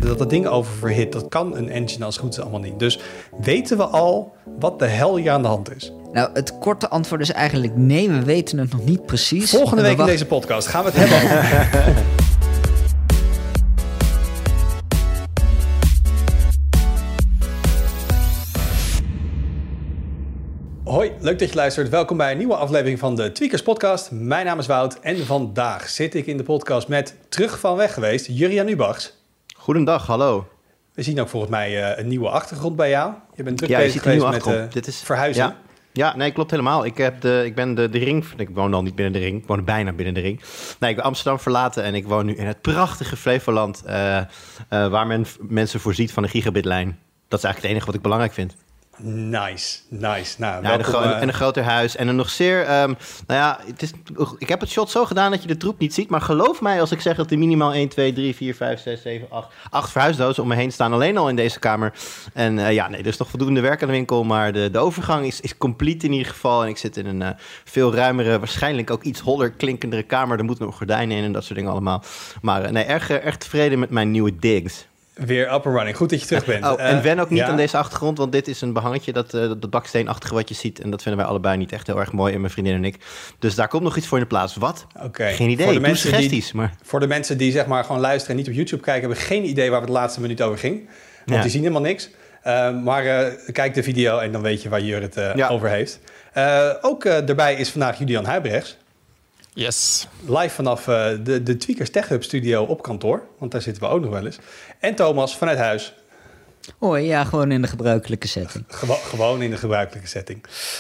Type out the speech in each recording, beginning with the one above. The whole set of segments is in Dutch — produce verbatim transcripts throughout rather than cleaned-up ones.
dat het ding oververhit. Dat kan een engine als het goed is allemaal niet. Dus weten we al wat de hel hier aan de hand is? Nou, het korte antwoord is eigenlijk nee, we weten het nog niet precies. Volgende week wacht... in deze podcast gaan we het hebben over. Hoi, leuk dat je luistert. Welkom bij een nieuwe aflevering van de Tweakers podcast. Mijn naam is Wout en vandaag zit ik in de podcast met terug van weg geweest, Jurriaan Ubachs. Goedendag, hallo. We zien ook volgens mij uh, een nieuwe achtergrond bij jou. Je bent druk ja, bezig geweest met uh, Dit is, verhuizen. Ja. Ja, nee, klopt helemaal. Ik, heb de, ik ben de, de ring... Ik woon al niet binnen de ring. Ik woon bijna binnen de ring. Nee, ik ben Amsterdam verlaten en ik woon nu in het prachtige Flevoland... Uh, uh, waar men f- mensen voorziet van een gigabitlijn. Dat is eigenlijk het enige wat ik belangrijk vind. Nice, nice. Nou, ja, en, een gro- uh... en een groter huis en een nog zeer... Um, nou ja, het is, ik heb het shot zo gedaan dat je de troep niet ziet... maar geloof mij als ik zeg dat er minimaal één, twee, drie, vier, vijf, zes, zeven, acht... acht verhuisdozen om me heen staan alleen al in deze kamer. En uh, ja, nee, er is nog voldoende werk aan de winkel... maar de, de overgang is, is complete in ieder geval... en ik zit in een uh, veel ruimere, waarschijnlijk ook iets holler klinkendere kamer... er moeten nog gordijnen in en dat soort dingen allemaal. Maar uh, nee, erg, erg tevreden met mijn nieuwe digs. Weer up and running. Goed dat je terug bent. Oh, en wen ook niet uh, ja? aan deze achtergrond, want dit is een behangetje, dat, uh, dat baksteenachtige wat je ziet. En dat vinden wij allebei niet echt heel erg mooi, en mijn vriendin en ik. Dus daar komt nog iets voor in de plaats. Wat? Okay. Geen idee. Voor de, Doe mensen suggesties, die, maar... voor de mensen die zeg maar gewoon luisteren en niet op YouTube kijken, hebben geen idee waar het de laatste minuut over ging. Want ja. die zien helemaal niks. Uh, maar uh, kijk de video en dan weet je waar Jur het uh, ja. over heeft. Uh, ook uh, erbij is vandaag Julian Huibrechts. Yes. Live vanaf uh, de, de Tweakers Tech Hub studio op kantoor. Want daar zitten we ook nog wel eens. En Thomas vanuit huis. Hoi, ja, gewoon in de gebruikelijke setting. Gewo- gewoon in de gebruikelijke setting.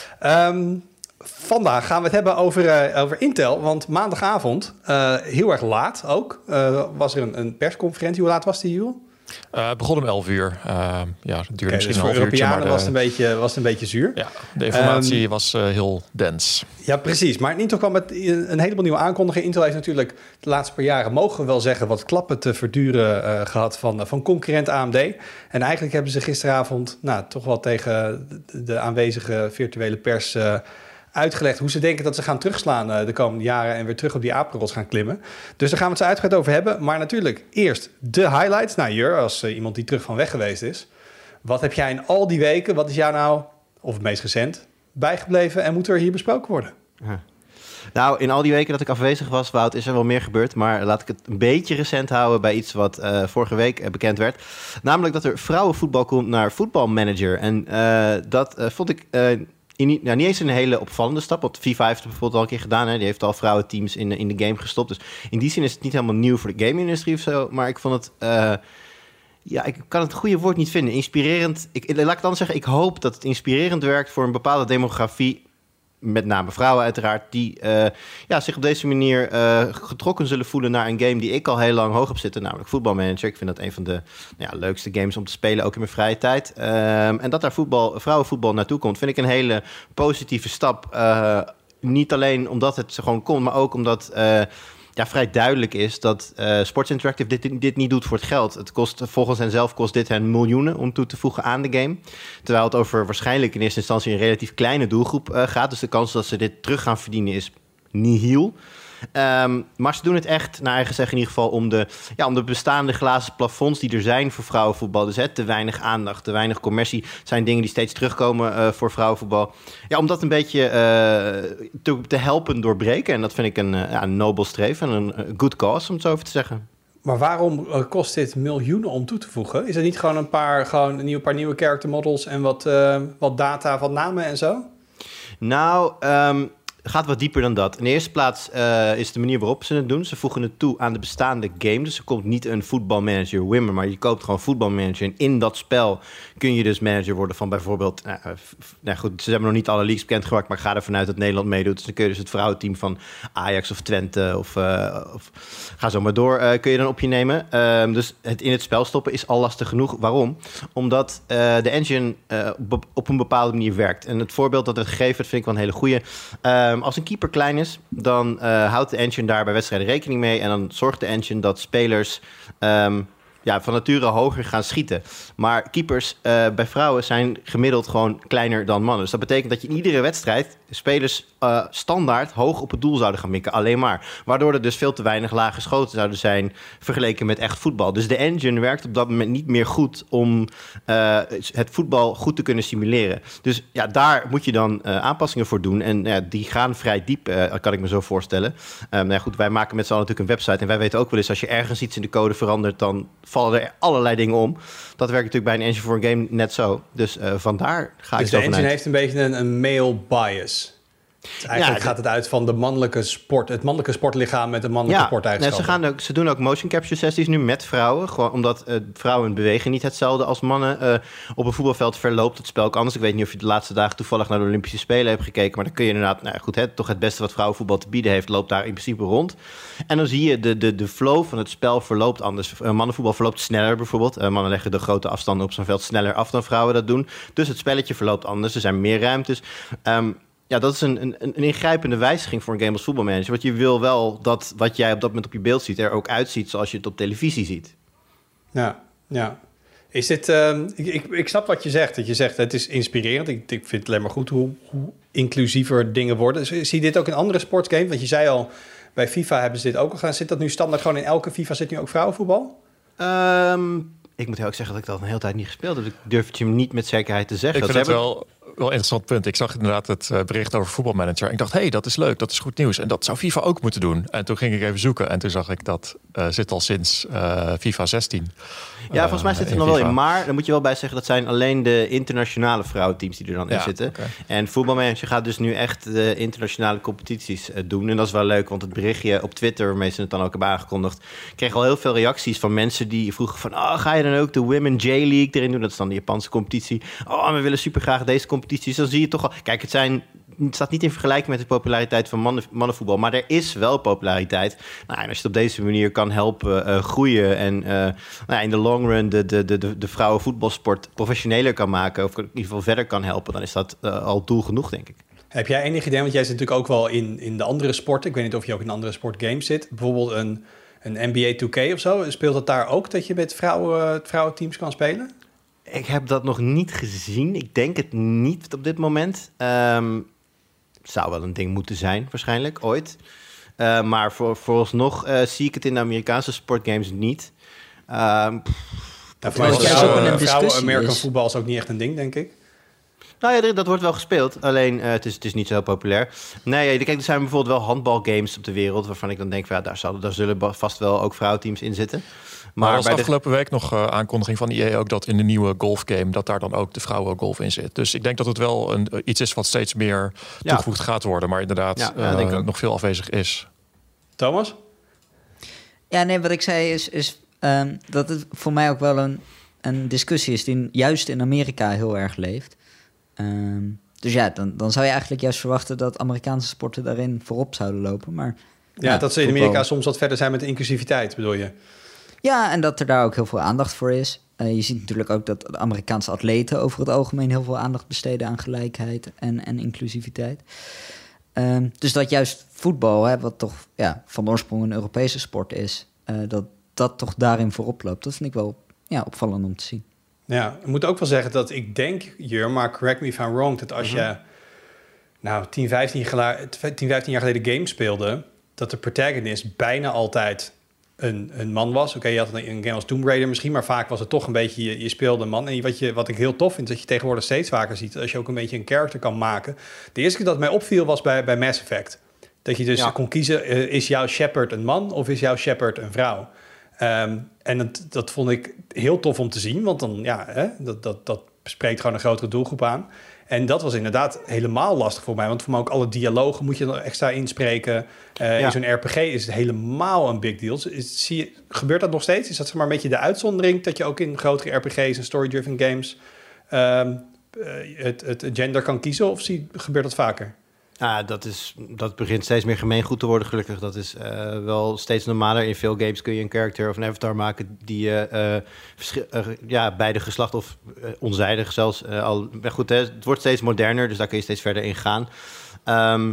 Um, vandaag gaan we het hebben over, uh, over Intel. Want maandagavond, uh, heel erg laat ook, uh, was er een, een persconferentie. Hoe laat was die, Jules? Uh, het begon om elf uur. Uh, ja, het duurde okay, misschien dus een half uurtje. Voor Europeanen de... was, het een beetje, was het een beetje zuur. Ja, de informatie um, was uh, heel dens. Ja, precies. Maar Intel kwam met een heleboel nieuwe aankondigingen. Intel heeft natuurlijk de laatste paar jaren, mogen we wel zeggen, wat klappen te verduren uh, gehad van, van concurrent A M D. En eigenlijk hebben ze gisteravond nou, toch wel tegen de, de aanwezige virtuele pers uh, uitgelegd hoe ze denken dat ze gaan terugslaan uh, de komende jaren en weer terug op die apenrots gaan klimmen. Dus daar gaan we het zo uitgebreid over hebben. Maar natuurlijk eerst de highlights. Nou, Jur, als uh, iemand die terug van weg geweest is. Wat heb jij in al die weken, wat is jou nou, of het meest recent, bijgebleven en moet er hier besproken worden? Ja. Nou, in al die weken dat ik afwezig was, Wout, is er wel meer gebeurd. Maar laat ik het een beetje recent houden bij iets wat uh, vorige week uh, bekend werd. Namelijk dat er vrouwenvoetbal komt naar Football Manager. En uh, dat uh, vond ik... Uh, In, nou, niet eens een hele opvallende stap, want FIFA heeft het bijvoorbeeld al een keer gedaan. Hè? Die heeft al vrouwenteams in, in de game gestopt. Dus in die zin is het niet helemaal nieuw voor de game-industrie of zo. Maar ik vond het... Uh, ja, ik kan het goede woord niet vinden. Inspirerend. Ik, laat ik dan zeggen, ik hoop dat het inspirerend werkt voor een bepaalde demografie. Met name vrouwen uiteraard, die uh, ja, zich op deze manier uh, getrokken zullen voelen naar een game die ik al heel lang hoog heb zitten, namelijk Football Manager. Ik vind dat een van de nou ja, leukste games om te spelen, ook in mijn vrije tijd. Um, en dat daar voetbal, vrouwenvoetbal naartoe komt, vind ik een hele positieve stap. Uh, niet alleen omdat het gewoon komt, maar ook omdat... Uh, Ja, vrij duidelijk is dat uh, Sports Interactive dit, dit niet doet voor het geld. Het kost, volgens hen zelf kost dit hen miljoenen om toe te voegen aan de game. Terwijl het over waarschijnlijk in eerste instantie een relatief kleine doelgroep uh, gaat. Dus de kans dat ze dit terug gaan verdienen is nihil. Um, maar ze doen het echt, naar eigen zeggen in ieder geval, om de, ja, om de bestaande glazen plafonds die er zijn voor vrouwenvoetbal. Dus hè, te weinig aandacht, te weinig commercie zijn dingen die steeds terugkomen uh, voor vrouwenvoetbal. Ja, om dat een beetje uh, te, te helpen doorbreken. En dat vind ik een, uh, ja, een nobel streven en een good cause, om het zo over te zeggen. Maar waarom uh, kost dit miljoenen om toe te voegen? Is het niet gewoon een paar, gewoon een nieuw, paar nieuwe character models en wat, uh, wat data, wat namen en zo? Nou, um, gaat wat dieper dan dat. In de eerste plaats uh, is de manier waarop ze het doen. Ze voegen het toe aan de bestaande game. Dus er komt niet een voetbalmanager Wimmer, maar je koopt gewoon voetbalmanager. En in dat spel kun je dus manager worden van bijvoorbeeld... Nou, uh, f- nou goed, ze hebben nog niet alle leagues bekendgemaakt, maar ik ga ervan uit dat Nederland meedoet. Dus dan kun je dus het vrouwenteam van Ajax of Twente of, uh, of ga zo maar door, uh, kun je dan op je nemen. Uh, dus het in het spel stoppen is al lastig genoeg. Waarom? Omdat uh, de engine uh, op, op een bepaalde manier werkt. En het voorbeeld dat het gegeven werd, vind ik wel een hele goeie. Uh, Als een keeper klein is, dan uh, houdt de engine daar bij wedstrijden rekening mee. En dan zorgt de engine dat spelers um, ja, van nature hoger gaan schieten. Maar keepers uh, bij vrouwen zijn gemiddeld gewoon kleiner dan mannen. Dus dat betekent dat je in iedere wedstrijd spelers uh, standaard hoog op het doel zouden gaan mikken. Alleen maar. Waardoor er dus veel te weinig lage schoten zouden zijn vergeleken met echt voetbal. Dus de engine werkt op dat moment niet meer goed om uh, het voetbal goed te kunnen simuleren. Dus ja, daar moet je dan uh, aanpassingen voor doen. En uh, die gaan vrij diep, uh, kan ik me zo voorstellen. Um, nou ja, goed, wij maken met z'n allen natuurlijk een website. En wij weten ook wel eens, als je ergens iets in de code verandert, dan vallen er allerlei dingen om. Dat werkt natuurlijk bij een engine voor een game net zo. Dus uh, vandaar ga dus ik zo de engine vanuit. heeft een beetje een, een male bias. Dus eigenlijk ja, gaat het uit van de mannelijke sport, het mannelijke sportlichaam met de mannelijke ja, sporteigenschappen. Nee, ze, gaan ook, ze doen ook motion capture sessies nu met vrouwen. Gewoon omdat uh, vrouwen bewegen niet hetzelfde als mannen. Uh, op een voetbalveld verloopt het spel ook anders. Ik weet niet of je de laatste dagen toevallig naar de Olympische Spelen hebt gekeken. Maar dan kun je inderdaad, nou goed, hè, toch het beste wat vrouwenvoetbal te bieden heeft, loopt daar in principe rond. En dan zie je de, de, de flow van het spel verloopt anders. Uh, mannenvoetbal verloopt sneller bijvoorbeeld. Uh, mannen leggen de grote afstanden op zo'n veld sneller af dan vrouwen dat doen. Dus het spelletje verloopt anders. Er zijn meer ruimtes. Um, Ja, dat is een, een, een ingrijpende wijziging voor een game als voetbalmanager. Want je wil wel dat wat jij op dat moment op je beeld ziet er ook uitziet zoals je het op televisie ziet. Ja, ja. Is dit, uh, ik, ik, ik snap wat je zegt. Dat je zegt, het is inspirerend. Ik, ik vind het alleen maar goed hoe, hoe inclusiever dingen worden. Zie je dit ook in andere sportgames? Want je zei al, bij FIFA hebben ze dit ook al gedaan. Zit dat nu standaard gewoon in elke FIFA? Zit nu ook vrouwenvoetbal? Um, ik moet heel erg zeggen dat ik dat een hele tijd niet gespeeld heb. Ik durf het je niet met zekerheid te zeggen. Ik dat vind het hebben... wel... Wel een interessant punt. Ik zag inderdaad het uh, bericht over voetbalmanager. En ik dacht, hé, hey, dat is leuk, dat is goed nieuws. En dat zou FIFA ook moeten doen. En toen ging ik even zoeken. En toen zag ik dat uh, zit al sinds uh, FIFA zestien. Ja, volgens mij zit het er nog wel in. Maar dan moet je wel bij zeggen, dat zijn alleen de internationale vrouwenteams die er dan ja, in zitten. Okay. En voetbalmanager gaat dus nu echt de internationale competities uh, doen. En dat is wel leuk, want het berichtje op Twitter, waarmee ze het dan ook hebben aangekondigd, kreeg al heel veel reacties van mensen die vroegen van, oh, ga je dan ook de Women J-League erin doen? Dat is dan de Japanse competitie. Oh, we willen super graag deze competities. Dan zie je toch al, kijk, het zijn... Het staat niet in vergelijking met de populariteit van mannen, mannenvoetbal, maar er is wel populariteit. Nou, en als je het op deze manier kan helpen uh, groeien en uh, nou ja, in de long run de, de, de, de vrouwenvoetbalsport professioneler kan maken, of in ieder geval verder kan helpen, dan is dat uh, al doel genoeg, denk ik. Heb jij enig idee, want jij zit natuurlijk ook wel in, in de andere sporten. Ik weet niet of je ook in andere sportgames zit. Bijvoorbeeld een, een N B A two K of zo. Speelt het daar ook dat je met vrouwen, vrouwenteams kan spelen? Ik heb dat nog niet gezien. Ik denk het niet op dit moment. Um, zou wel een ding moeten zijn, waarschijnlijk, ooit. Uh, maar voor, vooralsnog uh, zie ik het in de Amerikaanse sportgames niet. Um, nou, voor mij is juist ook een discussie vrouwen American is. voetbal is ook niet echt een ding, denk ik. Nou ja, dat wordt wel gespeeld. Alleen, uh, het, is, het is niet zo heel populair. Nee, kijk, er zijn bijvoorbeeld wel handbalgames op de wereld, waarvan ik dan denk, ja, daar, zal, daar zullen vast wel ook vrouwenteams in zitten. Maar er was bij afgelopen de... week nog uh, aankondiging van I E ook dat in de nieuwe golfgame, dat daar dan ook de vrouwengolf in zit. Dus ik denk dat het wel een, uh, iets is wat steeds meer toegevoegd ja. gaat worden, maar inderdaad ja, ja, uh, nog veel afwezig is. Thomas? Ja, nee, wat ik zei is, is um, dat het voor mij ook wel een, een discussie is die juist in Amerika heel erg leeft. Um, dus ja, dan, dan zou je eigenlijk juist verwachten dat Amerikaanse sporten daarin voorop zouden lopen. Maar ja, ja dat ze in Amerika soms wat verder zijn met de inclusiviteit, bedoel je? Ja, en dat er daar ook heel veel aandacht voor is. Uh, je ziet natuurlijk ook dat de Amerikaanse atleten over het algemeen heel veel aandacht besteden aan gelijkheid en, en inclusiviteit. Um, dus dat juist voetbal, hè, wat toch ja, van oorsprong een Europese sport is, uh, dat dat toch daarin voorop loopt. Dat vind ik wel ja, opvallend om te zien. Ja, ik moet ook wel zeggen dat ik denk, Jur, maar correct me if I'm wrong, dat als mm-hmm. je nou tien, vijftien jaar geleden games speelde, dat de protagonist bijna altijd een, een man was. Oké, okay, je had een, een game als Tomb Raider misschien, maar vaak was het toch een beetje, je, je speelde een man. En wat, je, wat ik heel tof vind, dat je tegenwoordig steeds vaker ziet, als je ook een beetje een character kan maken. De eerste keer dat mij opviel was bij, bij Mass Effect. Dat je dus ja. kon kiezen, uh, is jouw Shepard een man of is jouw Shepard een vrouw? Um, en dat, dat vond ik heel tof om te zien, want dan, ja, hè, dat, dat, dat spreekt gewoon een grotere doelgroep aan. En dat was inderdaad helemaal lastig voor mij, want voor mij ook alle dialogen moet je er extra inspreken. Uh, ja. In zo'n R P G is het helemaal een big deal. Is, zie je, gebeurt dat nog steeds? Is dat zeg maar een beetje de uitzondering, dat je ook in grotere R P G's en story-driven games um, uh, het, het gender kan kiezen, of zie, gebeurt dat vaker? Ja, dat, is, dat begint steeds meer gemeengoed te worden, gelukkig. Dat is uh, wel steeds normaler. In veel games kun je een character of een avatar maken die uh, uh, verschil, uh, ja, beide geslacht of uh, onzijdig zelfs uh, al... Maar goed, hè, het wordt steeds moderner, dus daar kun je steeds verder in gaan. Um,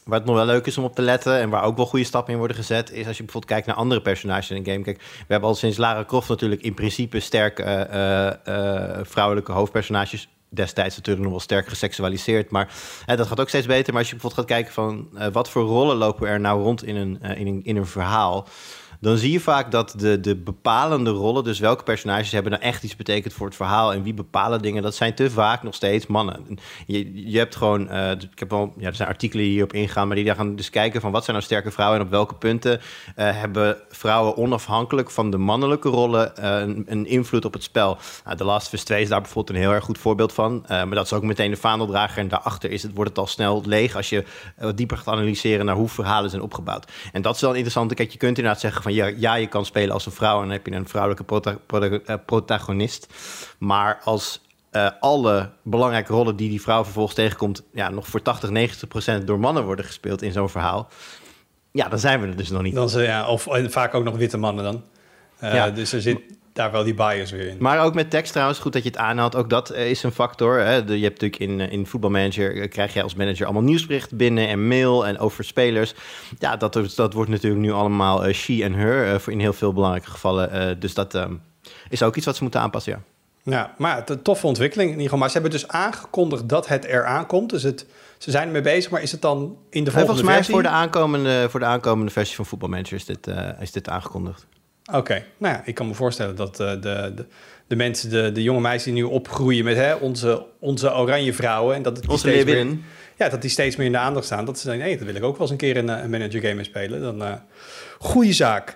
Waar het nog wel leuk is om op te letten en waar ook wel goede stappen in worden gezet, is als je bijvoorbeeld kijkt naar andere personages in een game. Kijk, we hebben al sinds Lara Croft natuurlijk in principe sterke uh, uh, vrouwelijke hoofdpersonages. Destijds natuurlijk nog wel sterk geseksualiseerd, maar hè, dat gaat ook steeds beter. Maar als je bijvoorbeeld gaat kijken van uh, wat voor rollen lopen er nou rond in een, uh, in een, in een verhaal, dan zie je vaak dat de, de bepalende rollen, dus welke personages hebben nou echt iets betekend voor het verhaal en wie bepalen dingen, dat zijn te vaak nog steeds mannen. Je, je hebt gewoon, uh, ik heb wel, ja, er zijn artikelen die hierop ingaan, maar die gaan dus kijken van wat zijn nou sterke vrouwen en op welke punten uh, hebben vrouwen onafhankelijk van de mannelijke rollen uh, een, een invloed op het spel. Nou, The Last of Us twee is daar bijvoorbeeld een heel erg goed voorbeeld van, uh, maar dat is ook meteen de vaandeldrager en daarachter is het, wordt het al snel leeg als je wat dieper gaat analyseren naar hoe verhalen zijn opgebouwd. En dat is wel interessant. Kijk, je kunt inderdaad zeggen van Ja, ja, je kan spelen als een vrouw en dan heb je een vrouwelijke prota- prota- protagonist. Maar als uh, alle belangrijke rollen die die vrouw vervolgens tegenkomt, ja, nog voor tachtig, negentig procent door mannen worden gespeeld in zo'n verhaal, ja, dan zijn we er dus nog niet. Dan ze, ja, of en vaak ook nog witte mannen dan. Uh, ja. Dus er zit daar wel die bias weer in. Maar ook met tekst trouwens, goed dat je het aanhaalt. Ook dat uh, is een factor. Hè. De, je hebt natuurlijk in, in voetbalmanager, uh, krijg je als manager allemaal nieuwsberichten binnen en mail en over spelers. Ja, dat, dat wordt natuurlijk nu allemaal uh, she en her uh, voor in heel veel belangrijke gevallen. Uh, dus dat uh, is ook iets wat ze moeten aanpassen, ja. Ja, maar een toffe ontwikkeling in ieder geval. Maar ze hebben dus aangekondigd dat het eraan komt. Dus het, ze zijn ermee bezig, maar is het dan in de volgende volgens mij versie? Voor de aankomende, voor de aankomende versie van Football Manager is dit, uh, is dit aangekondigd. Oké, okay. Nou ja, ik kan me voorstellen dat uh, de, de, de mensen, de, de jonge meisjes die nu opgroeien met hè, onze, onze oranje vrouwen, en dat het onze steeds meer, ja, dat die steeds meer in de aandacht staan, dat ze denken, nee, dat wil ik ook wel eens een keer een, een manager game mee spelen. Dan uh, goeie zaak.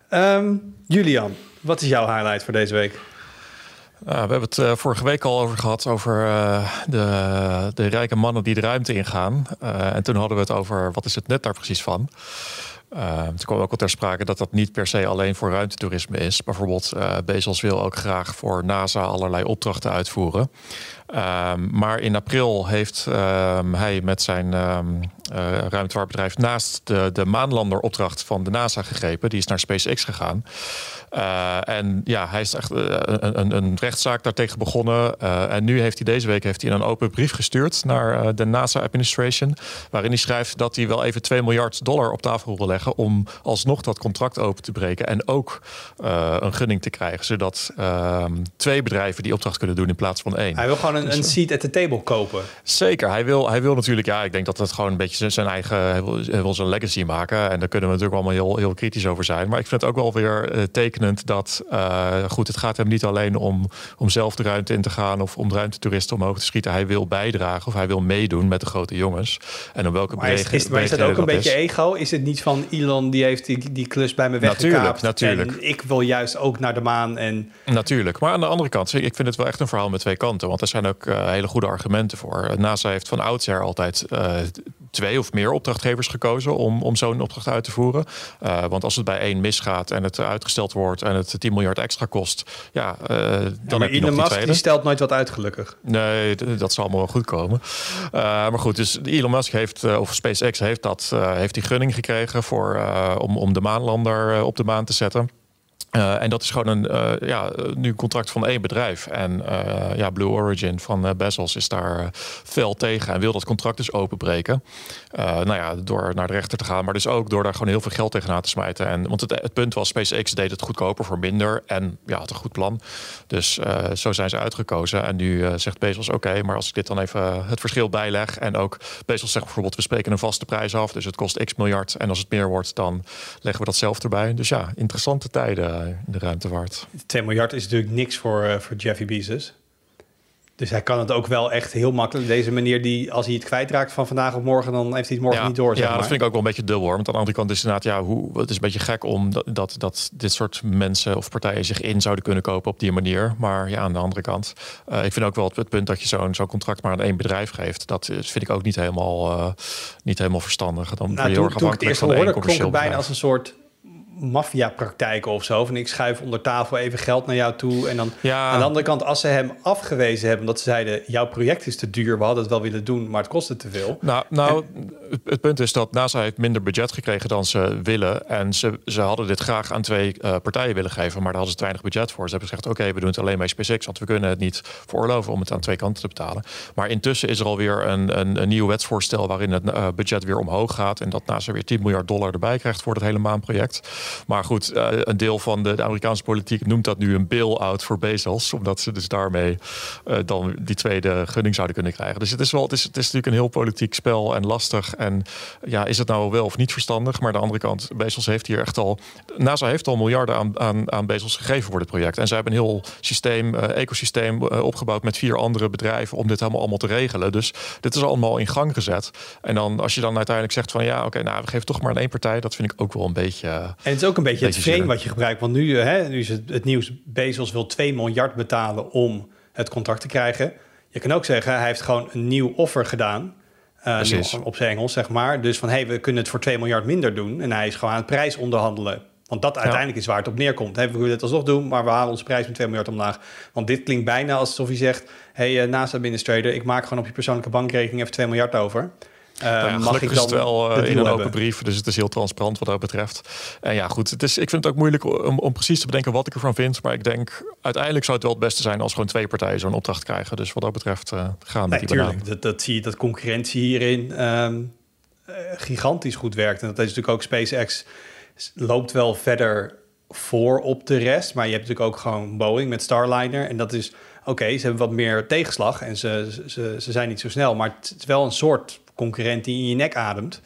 Um, Julian, wat is jouw highlight voor deze week? Uh, we hebben het uh, vorige week al over gehad, over uh, de, de rijke mannen die de ruimte ingaan. Uh, en toen hadden we het over, wat is het net daar precies van? Uh, toen kwam ook al ter sprake dat dat niet per se alleen voor ruimtetoerisme is. Bijvoorbeeld uh, Bezos wil ook graag voor NASA allerlei opdrachten uitvoeren. Um, maar in april heeft um, hij met zijn um, uh, ruimtevaartbedrijf naast de, de maanlanderopdracht van de NASA gegrepen. Die is naar SpaceX gegaan. Uh, en ja, hij is echt uh, een, een, een rechtszaak daartegen begonnen. Uh, en nu heeft hij deze week heeft hij een open brief gestuurd naar uh, de NASA Administration. Waarin hij schrijft dat hij wel even twee miljard dollar op tafel wil leggen om alsnog dat contract open te breken. En ook uh, een gunning te krijgen. Zodat uh, twee bedrijven die opdracht kunnen doen in plaats van één. Hij wil gewoon een, een seat at the table kopen. Zeker. Hij wil, hij wil natuurlijk, ja, ik denk dat het gewoon een beetje zijn eigen, hij wil, hij wil zijn legacy maken. En daar kunnen we natuurlijk allemaal heel, heel kritisch over zijn. Maar ik vind het ook wel weer uh, tekenend dat, uh, goed, het gaat hem niet alleen om, om zelf de ruimte in te gaan of om ruimtetoeristen omhoog te schieten. Hij wil bijdragen of hij wil meedoen met de grote jongens. En om welke maar is, is, maar is dat ook een beetje is. ego? Is het niet van Elon die heeft die, die klus bij me weggekaapt? Natuurlijk, natuurlijk. En ik wil juist ook naar de maan. En... Natuurlijk. Maar aan de andere kant, ik vind het wel echt een verhaal met twee kanten. Want er zijn ook uh, hele goede argumenten voor. NASA heeft van oudsher altijd uh, twee of meer opdrachtgevers gekozen om, om zo'n opdracht uit te voeren. Uh, want als het bij één misgaat en het uitgesteld wordt en het tien miljard extra kost, ja, uh, dan ja, heb je Elon nog Musk die, die stelt nooit wat uit, gelukkig. Nee, d- dat zal allemaal wel goed komen. Uh, maar goed, dus Elon Musk heeft, uh, of SpaceX heeft dat, uh, heeft die gunning gekregen voor, uh, om, om de maanlander uh, op de maan te zetten. Uh, en dat is gewoon een, uh, ja, nu een contract van één bedrijf. En uh, ja, Blue Origin van uh, Bezos is daar uh, fel tegen en wil dat contract dus openbreken. Uh, nou ja, door naar de rechter te gaan, maar dus ook door daar gewoon heel veel geld tegenaan te smijten. En, want het, het punt was, SpaceX deed het goedkoper voor minder en ja, had een goed plan. Dus uh, zo zijn ze uitgekozen. En nu uh, zegt Bezos, oké, okay, maar als ik dit dan even uh, het verschil bijleg. En ook Bezos zegt bijvoorbeeld, we spreken een vaste prijs af, dus het kost x miljard. En als het meer wordt, dan leggen we dat zelf erbij. Dus ja, interessante tijden in de ruimtevaart. twee miljard is natuurlijk niks voor, uh, voor Jeffy Bezos. Dus hij kan het ook wel echt heel makkelijk. Deze manier, die, als hij het kwijtraakt van vandaag op morgen, dan heeft hij het morgen ja, niet door. Zeg ja, maar. Dat vind ik ook wel een beetje dubbel. Want aan de andere kant is het inderdaad, ja, hoe, het is een beetje gek om dat, dat, dat dit soort mensen of partijen zich in zouden kunnen kopen op die manier. Maar ja, aan de andere kant, uh, ik vind ook wel het, het punt dat je zo'n zo'n contract maar aan één bedrijf geeft. Dat vind ik ook niet helemaal, uh, niet helemaal verstandig. Dan nou, toen, toen ik het eerst hoorde, klonk het bijna als een soort maffiapraktijken of zo. Van ik schuif onder tafel even geld naar jou toe. En dan Ja. aan de andere kant, als ze hem afgewezen hebben... omdat ze zeiden, jouw project is te duur... we hadden het wel willen doen, maar het kostte te veel. Nou, nou het, het punt is dat NASA heeft minder budget gekregen dan ze willen. En ze, ze hadden dit graag aan twee uh, partijen willen geven... maar daar hadden ze te weinig budget voor. Ze hebben gezegd, oké, okay, we doen het alleen bij SpaceX... want we kunnen het niet veroorloven om het aan twee kanten te betalen. Maar intussen is er alweer een, een, een nieuw wetsvoorstel... waarin het uh, budget weer omhoog gaat... en dat NASA weer tien miljard dollar erbij krijgt voor het hele maanproject. Maar goed, uh, een deel van de, de Amerikaanse politiek noemt dat nu een bail-out voor Bezos, omdat ze dus daarmee uh, dan die tweede gunning zouden kunnen krijgen. Dus het is wel, het is, het is natuurlijk een heel politiek spel en lastig. En ja, is het nou wel of niet verstandig? Maar aan de andere kant, Bezos heeft hier echt al, NASA heeft al miljarden aan, aan, aan Bezos gegeven voor dit project. En ze hebben een heel systeem, uh, ecosysteem uh, opgebouwd met vier andere bedrijven om dit helemaal allemaal te regelen. Dus dit is allemaal in gang gezet. En dan als je dan uiteindelijk zegt van ja, oké, okay, nou we geven toch maar aan één partij, dat vind ik ook wel een beetje. Uh, en het is ook een beetje het frame wat je gebruikt. Want nu, hè, nu is het, het nieuws, Bezos wil twee miljard betalen om het contract te krijgen. Je kan ook zeggen, hij heeft gewoon een nieuw offer gedaan. Uh, nieuw, op zijn Engels, zeg maar. Dus van, hé, hey, we kunnen het voor twee miljard minder doen. En hij is gewoon aan het prijs onderhandelen. Want dat uiteindelijk ja. is waar het op neerkomt. Hey, we willen het alsnog doen, maar we halen onze prijs met twee miljard omlaag. Want dit klinkt bijna alsof hij zegt, hey, uh, NASA administrator, ik maak gewoon op je persoonlijke bankrekening even twee miljard over. Uh, ja, mag ik is het wel uh, in een open brief, dus het is heel transparant wat dat betreft. En ja, goed, het is, ik vind het ook moeilijk om, om precies te bedenken wat ik ervan vind. Maar ik denk, uiteindelijk zou het wel het beste zijn als gewoon twee partijen zo'n opdracht krijgen. Dus wat dat betreft uh, gaan nee, met die tuurlijk, dat, dat zie je, dat concurrentie hierin um, uh, gigantisch goed werkt. En dat is natuurlijk ook SpaceX loopt wel verder voor op de rest. Maar je hebt natuurlijk ook gewoon Boeing met Starliner. En dat is, oké, okay, ze hebben wat meer tegenslag en ze, ze, ze zijn niet zo snel. Maar het is wel een soort concurrent die in je nek ademt.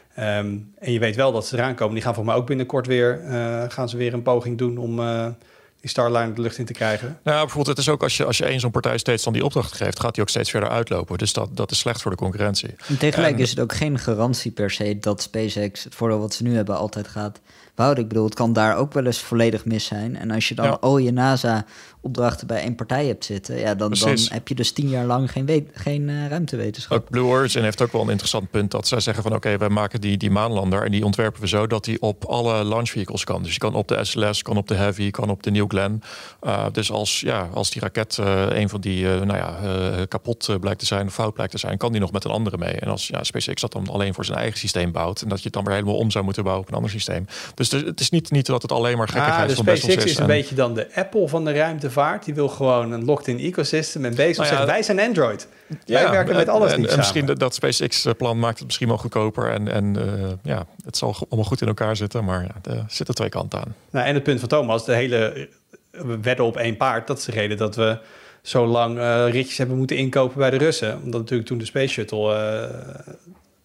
Um, en je weet wel dat ze eraan komen. Die gaan voor mij ook binnenkort weer, uh, gaan ze weer een poging doen om uh, die Starliner de lucht in te krijgen. Nou, bijvoorbeeld, het is ook als je, als je één zo'n partij steeds dan die opdracht geeft, gaat die ook steeds verder uitlopen. Dus dat, dat is slecht voor de concurrentie. En tegelijk en, is het ook geen garantie per se dat SpaceX het voordeel wat ze nu hebben altijd gaat behouden. Ik bedoel, het kan daar ook wel eens volledig mis zijn. En als je dan ja. al je NASA-opdrachten bij één partij hebt zitten, ja, dan, dan heb je dus tien jaar lang geen, weet, geen uh, ruimtewetenschap. Ook Blue Origin heeft ook wel een interessant punt dat zij zeggen van oké, okay, wij maken die, die maanlander en die ontwerpen we zo dat die op alle launch vehicles kan. Dus je kan op de S L S, kan op de Heavy, kan op de New Glenn. Uh, dus als, ja, als die raket uh, een van die uh, nou ja, uh, kapot uh, blijkt te zijn of fout blijkt te zijn, kan die nog met een andere mee. En als ja, SpaceX dat dan alleen voor zijn eigen systeem bouwt en dat je het dan weer helemaal om zou moeten bouwen op een ander systeem. Dus het is niet, niet dat het alleen maar gekkigheid ah, dus van Bezos is. SpaceX is een en... beetje dan de Apple van de ruimtevaart. Die wil gewoon een locked-in ecosystem. En Bezos nou ja, zegt, wij zijn Android. Wij ja, werken met alles en, niet en, en misschien dat, dat SpaceX-plan maakt het misschien wel goedkoper. En, en uh, ja, het zal allemaal goed in elkaar zitten. Maar ja, er zitten twee kanten aan. Nou, en het punt van Thomas, de hele wedden op één paard. Dat is de reden dat we zo lang uh, ritjes hebben moeten inkopen bij de Russen. Omdat natuurlijk toen de Space Shuttle Uh,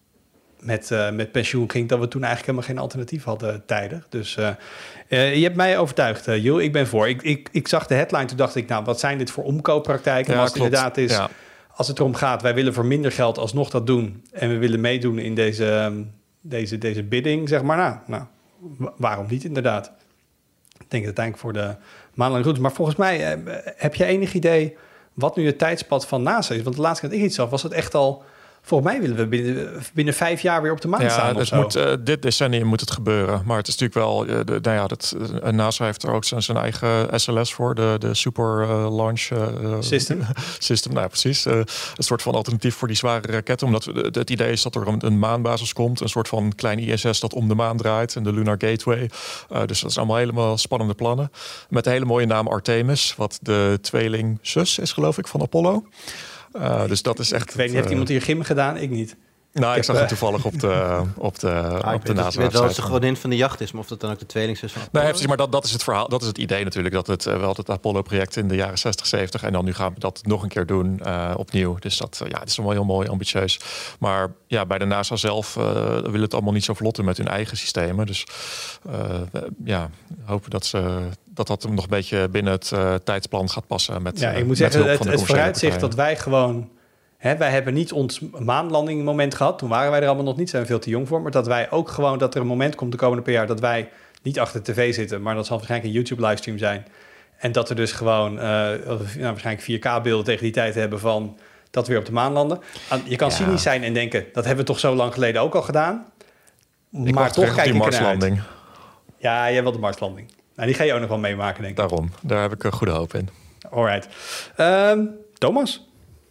Met, uh, met pensioen ging, dat we toen eigenlijk helemaal geen alternatief hadden tijdig. Dus uh, uh, je hebt mij overtuigd, uh, Jules. Ik ben voor. Ik, ik, ik zag de headline, toen dacht ik, nou, wat zijn dit voor omkooppraktijken? Ja, maar als het klopt. inderdaad is, ja. als het erom gaat, wij willen voor minder geld alsnog dat doen en we willen meedoen in deze, um, deze, deze bidding, zeg maar, nou, nou, waarom niet inderdaad? Ik denk dat uiteindelijk voor de maandeling goed is. Maar volgens mij, uh, heb je enig idee wat nu het tijdspad van NASA is? Want de laatste keer dat ik iets zag, was het echt al... Volgens mij willen we binnen, binnen vijf jaar weer op de maan ja, staan. Het zo. moet, uh, dit decennium moet het gebeuren. Maar het is natuurlijk wel... Uh, de, nou ja, dat, uh, NASA heeft er ook zijn, zijn eigen S L S voor. De, de Super uh, Launch uh, System. System, nou precies. Uh, een soort van alternatief voor die zware raketten. Omdat uh, het idee is dat er een, een maanbasis komt. Een soort van klein I S S dat om de maan draait. En de Lunar Gateway. Uh, dus dat is allemaal helemaal spannende plannen. Met de hele mooie naam Artemis. Wat de tweelingzus is, geloof ik, van Apollo. Uh, dus dat is echt. Ik weet niet, heeft uh, iemand hier gym gedaan? Ik niet. Nou, ik, ik zag heb, het toevallig op de op de ah, op de NASA. Ik weet wel dat de godin van de jacht is, maar of dat dan ook de tweelingzus van Nee, precies, maar dat, dat is het verhaal. Dat is het idee natuurlijk. Dat het uh, wel het Apollo-project in de jaren zestig, zeventig en dan nu gaan we dat nog een keer doen uh, opnieuw. Dus dat, uh, ja, het is wel heel mooi, ambitieus. Maar ja, bij de NASA zelf uh, wil het allemaal niet zo vlotten met hun eigen systemen. Dus uh, ja, hopen dat ze dat dat hem nog een beetje binnen het uh, tijdsplan gaat passen. Met, ja, ik moet uh, zeggen, het, het vooruitzicht dat wij gewoon... Hè, wij hebben niet ons maanlanding moment gehad. Toen waren wij er allemaal nog niet, zijn we veel te jong voor. Maar dat wij ook gewoon, dat er een moment komt de komende paar jaar... dat wij niet achter de tv zitten, maar dat zal waarschijnlijk een YouTube-livestream zijn. En dat we dus gewoon uh, nou, waarschijnlijk vier K-beelden tegen die tijd hebben van dat we weer op de maan landen. Je kan ja. cynisch zijn en denken, dat hebben we toch zo lang geleden ook al gedaan. Ik maar toch kijk die ik ernaar uit. Ja, jij wilt de Marslanding. Nou, die ga je ook nog wel meemaken, denk ik. Daarom, daar heb ik een goede hoop in. Alright. Um, Thomas?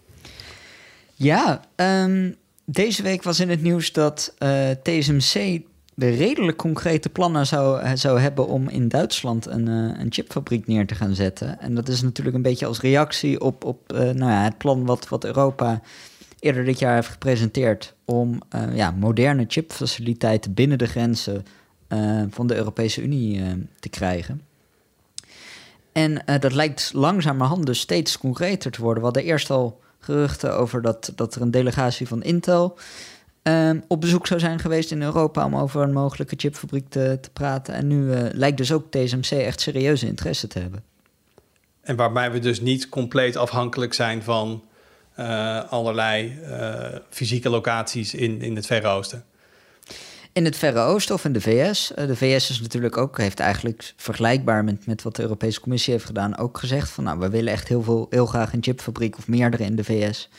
Ja, um, deze week was in het nieuws dat uh, T S M C de redelijk concrete plannen zou, zou hebben om in Duitsland een, uh, een chipfabriek neer te gaan zetten. En dat is natuurlijk een beetje als reactie op, op uh, nou ja, het plan wat, wat Europa eerder dit jaar heeft gepresenteerd om uh, ja, moderne chipfaciliteiten binnen de grenzen uh, van de Europese Unie uh, te krijgen. En uh, dat lijkt langzamerhand dus steeds concreter te worden. We hadden eerst al geruchten over dat, dat er een delegatie van Intel uh, op bezoek zou zijn geweest in Europa om over een mogelijke chipfabriek te, te praten. En nu uh, lijkt dus ook T S M C echt serieuze interesse te hebben. En waarbij we dus niet compleet afhankelijk zijn van uh, allerlei uh, fysieke locaties in, in het Verre Oosten. In het Verre Oosten of in de V S. Uh, de V S is natuurlijk ook, heeft eigenlijk vergelijkbaar met, met wat de Europese Commissie heeft gedaan, ook gezegd van nou, we willen echt heel, veel, heel graag een chipfabriek of meerdere in de V S.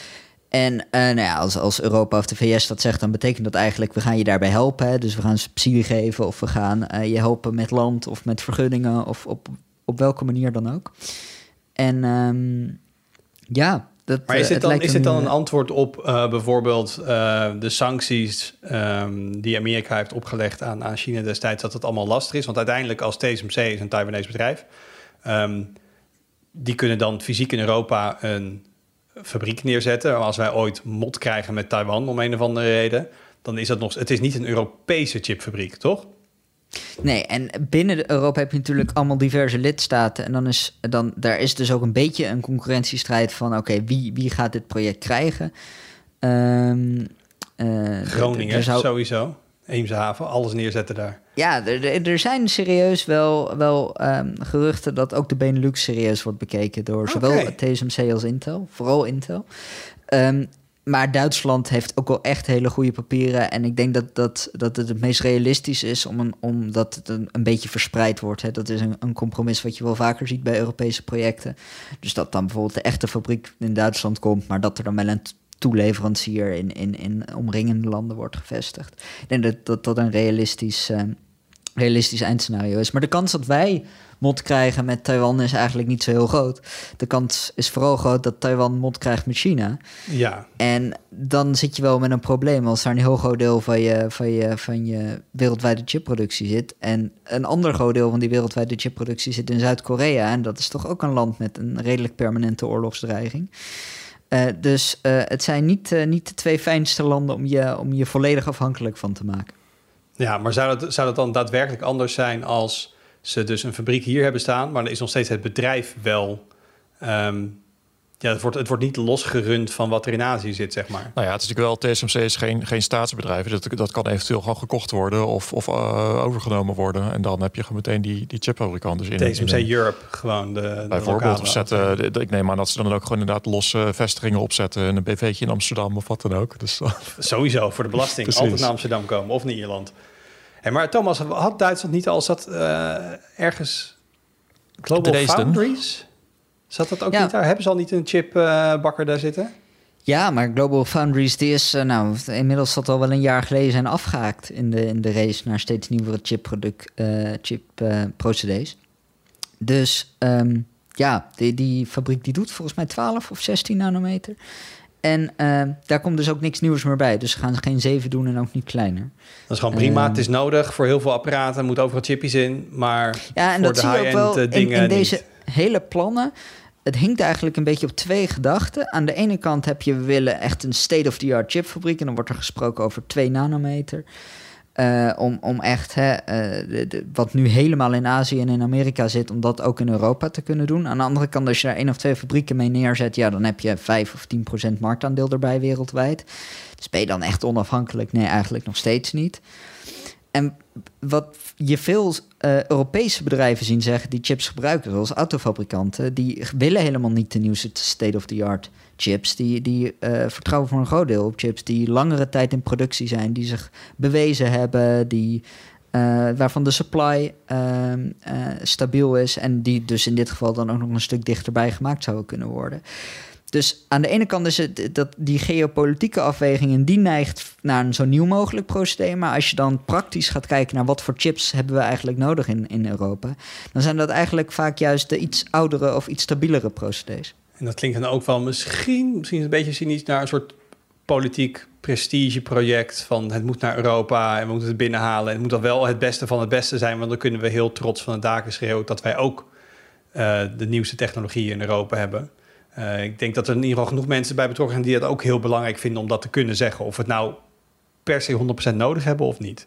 En uh, nou ja, als, als Europa of de V S dat zegt, dan betekent dat eigenlijk, we gaan je daarbij helpen. Hè? Dus we gaan subsidie geven of we gaan uh, je helpen met land of met vergunningen of op, op welke manier dan ook. En um, ja... Dat, maar is dit dan, is dit dan een uh, antwoord op uh, bijvoorbeeld uh, de sancties um, die Amerika heeft opgelegd aan, aan China destijds, dat het allemaal lastig is? Want uiteindelijk als T S M C is een Taiwanese bedrijf, um, die kunnen dan fysiek in Europa een fabriek neerzetten. Maar als wij ooit mot krijgen met Taiwan om een of andere reden, dan is dat nog... Het is niet een Europese chipfabriek, toch? Nee, en binnen Europa heb je natuurlijk allemaal diverse lidstaten. En dan is, dan, daar is dus ook een beetje een concurrentiestrijd van... oké, okay, wie, wie gaat dit project krijgen? Um, uh, Groningen, zou... sowieso. Eemshaven, alles neerzetten daar. Ja, er, er zijn serieus wel, wel um, geruchten dat ook de Benelux serieus wordt bekeken... door zowel okay. T S M C als Intel, vooral Intel. Um, Maar Duitsland heeft ook wel echt hele goede papieren. En ik denk dat, dat, dat het het meest realistisch is... Om een, omdat het een, een beetje verspreid wordt. Hè. Dat is een, een compromis wat je wel vaker ziet bij Europese projecten. Dus dat dan bijvoorbeeld de echte fabriek in Duitsland komt... maar dat er dan wel een toeleverancier in, in, in omringende landen wordt gevestigd. Ik denk dat dat, dat een realistisch, uh, realistisch eindscenario is. Maar de kans dat wij mot krijgen met Taiwan is eigenlijk niet zo heel groot. De kans is vooral groot dat Taiwan mot krijgt met China. Ja. En dan zit je wel met een probleem als daar een heel groot deel van je, van je, van je wereldwijde chipproductie zit. En een ander groot deel van die wereldwijde chipproductie zit in Zuid-Korea. En dat is toch ook een land met een redelijk permanente oorlogsdreiging. Uh, dus uh, het zijn niet, uh, niet de twee fijnste landen om je, om je volledig afhankelijk van te maken. Ja, maar zou het, zou het dan daadwerkelijk anders zijn als ze dus een fabriek hier hebben staan, maar er is nog steeds het bedrijf wel... Um, ja, het wordt, het wordt niet losgerund van wat er in Azië zit, zeg maar. Nou ja, het is natuurlijk wel, T S M C is geen, geen staatsbedrijf. Dat, dat kan eventueel gewoon gekocht worden of, of uh, overgenomen worden. En dan heb je meteen die, die chipfabrikant. Dus in T S M C in, Europe, gewoon de bijvoorbeeld. Of zetten, de, de, ik neem aan dat ze dan ook gewoon inderdaad losse vestigingen opzetten. Een B V'tje in Amsterdam of wat dan ook. Dus, sowieso, voor de belasting. Precies. Altijd naar Amsterdam komen of naar Ierland. Hey, maar Thomas, had Duitsland niet al zat uh, ergens Global Foundries? Zat dat ook ja. niet daar? Hebben ze al niet een chipbakker uh, daar zitten? Ja, maar Global Foundries, die is uh, nou inmiddels dat al wel een jaar geleden zijn afgehaakt in de, in de race naar steeds nieuwere chipproduct, uh, chip uh, procedés. Dus um, ja, die, die fabriek die doet volgens mij twaalf of zestien nanometer. En uh, daar komt dus ook niks nieuws meer bij. Dus ze gaan geen zeven doen en ook niet kleiner. Dat is gewoon prima. Uh, het is nodig voor heel veel apparaten. Er moet overal chipjes in. Maar ja, en voor dat de zie je ook wel dingen in, in deze niet. hele plannen. Het hinkt eigenlijk een beetje op twee gedachten. Aan de ene kant heb je, we willen echt een state-of-the-art chipfabriek. En dan wordt er gesproken over twee nanometer. Uh, om, om echt, hè, uh, de, de, wat nu helemaal in Azië en in Amerika zit, om dat ook in Europa te kunnen doen. Aan de andere kant, als je daar één of twee fabrieken mee neerzet, ja, dan heb je vijf of tien procent marktaandeel erbij wereldwijd. Dus ben je dan echt onafhankelijk? Nee, eigenlijk nog steeds niet. En wat je veel uh, Europese bedrijven zien zeggen die chips gebruiken, zoals autofabrikanten, die willen helemaal niet de nieuwste state-of-the-art chips. Die, die uh, vertrouwen voor een groot deel op chips die langere tijd in productie zijn, die zich bewezen hebben, die, uh, waarvan de supply uh, uh, stabiel is en die dus in dit geval dan ook nog een stuk dichterbij gemaakt zouden kunnen worden. Dus aan de ene kant is het dat die geopolitieke afwegingen, die neigt naar een zo nieuw mogelijk procedé. Maar als je dan praktisch gaat kijken naar wat voor chips hebben we eigenlijk nodig in, in Europa, dan zijn dat eigenlijk vaak juist de iets oudere of iets stabielere procedés. En dat klinkt dan ook wel misschien, misschien een beetje cynisch naar een soort politiek prestigeproject van het moet naar Europa en we moeten het binnenhalen. En het moet dan wel het beste van het beste zijn, want dan kunnen we heel trots van de daken schreeuwen dat wij ook uh, de nieuwste technologieën in Europa hebben. Uh, ik denk dat er in ieder geval genoeg mensen bij betrokken zijn die het ook heel belangrijk vinden om dat te kunnen zeggen. Of we het nou per se honderd procent nodig hebben of niet.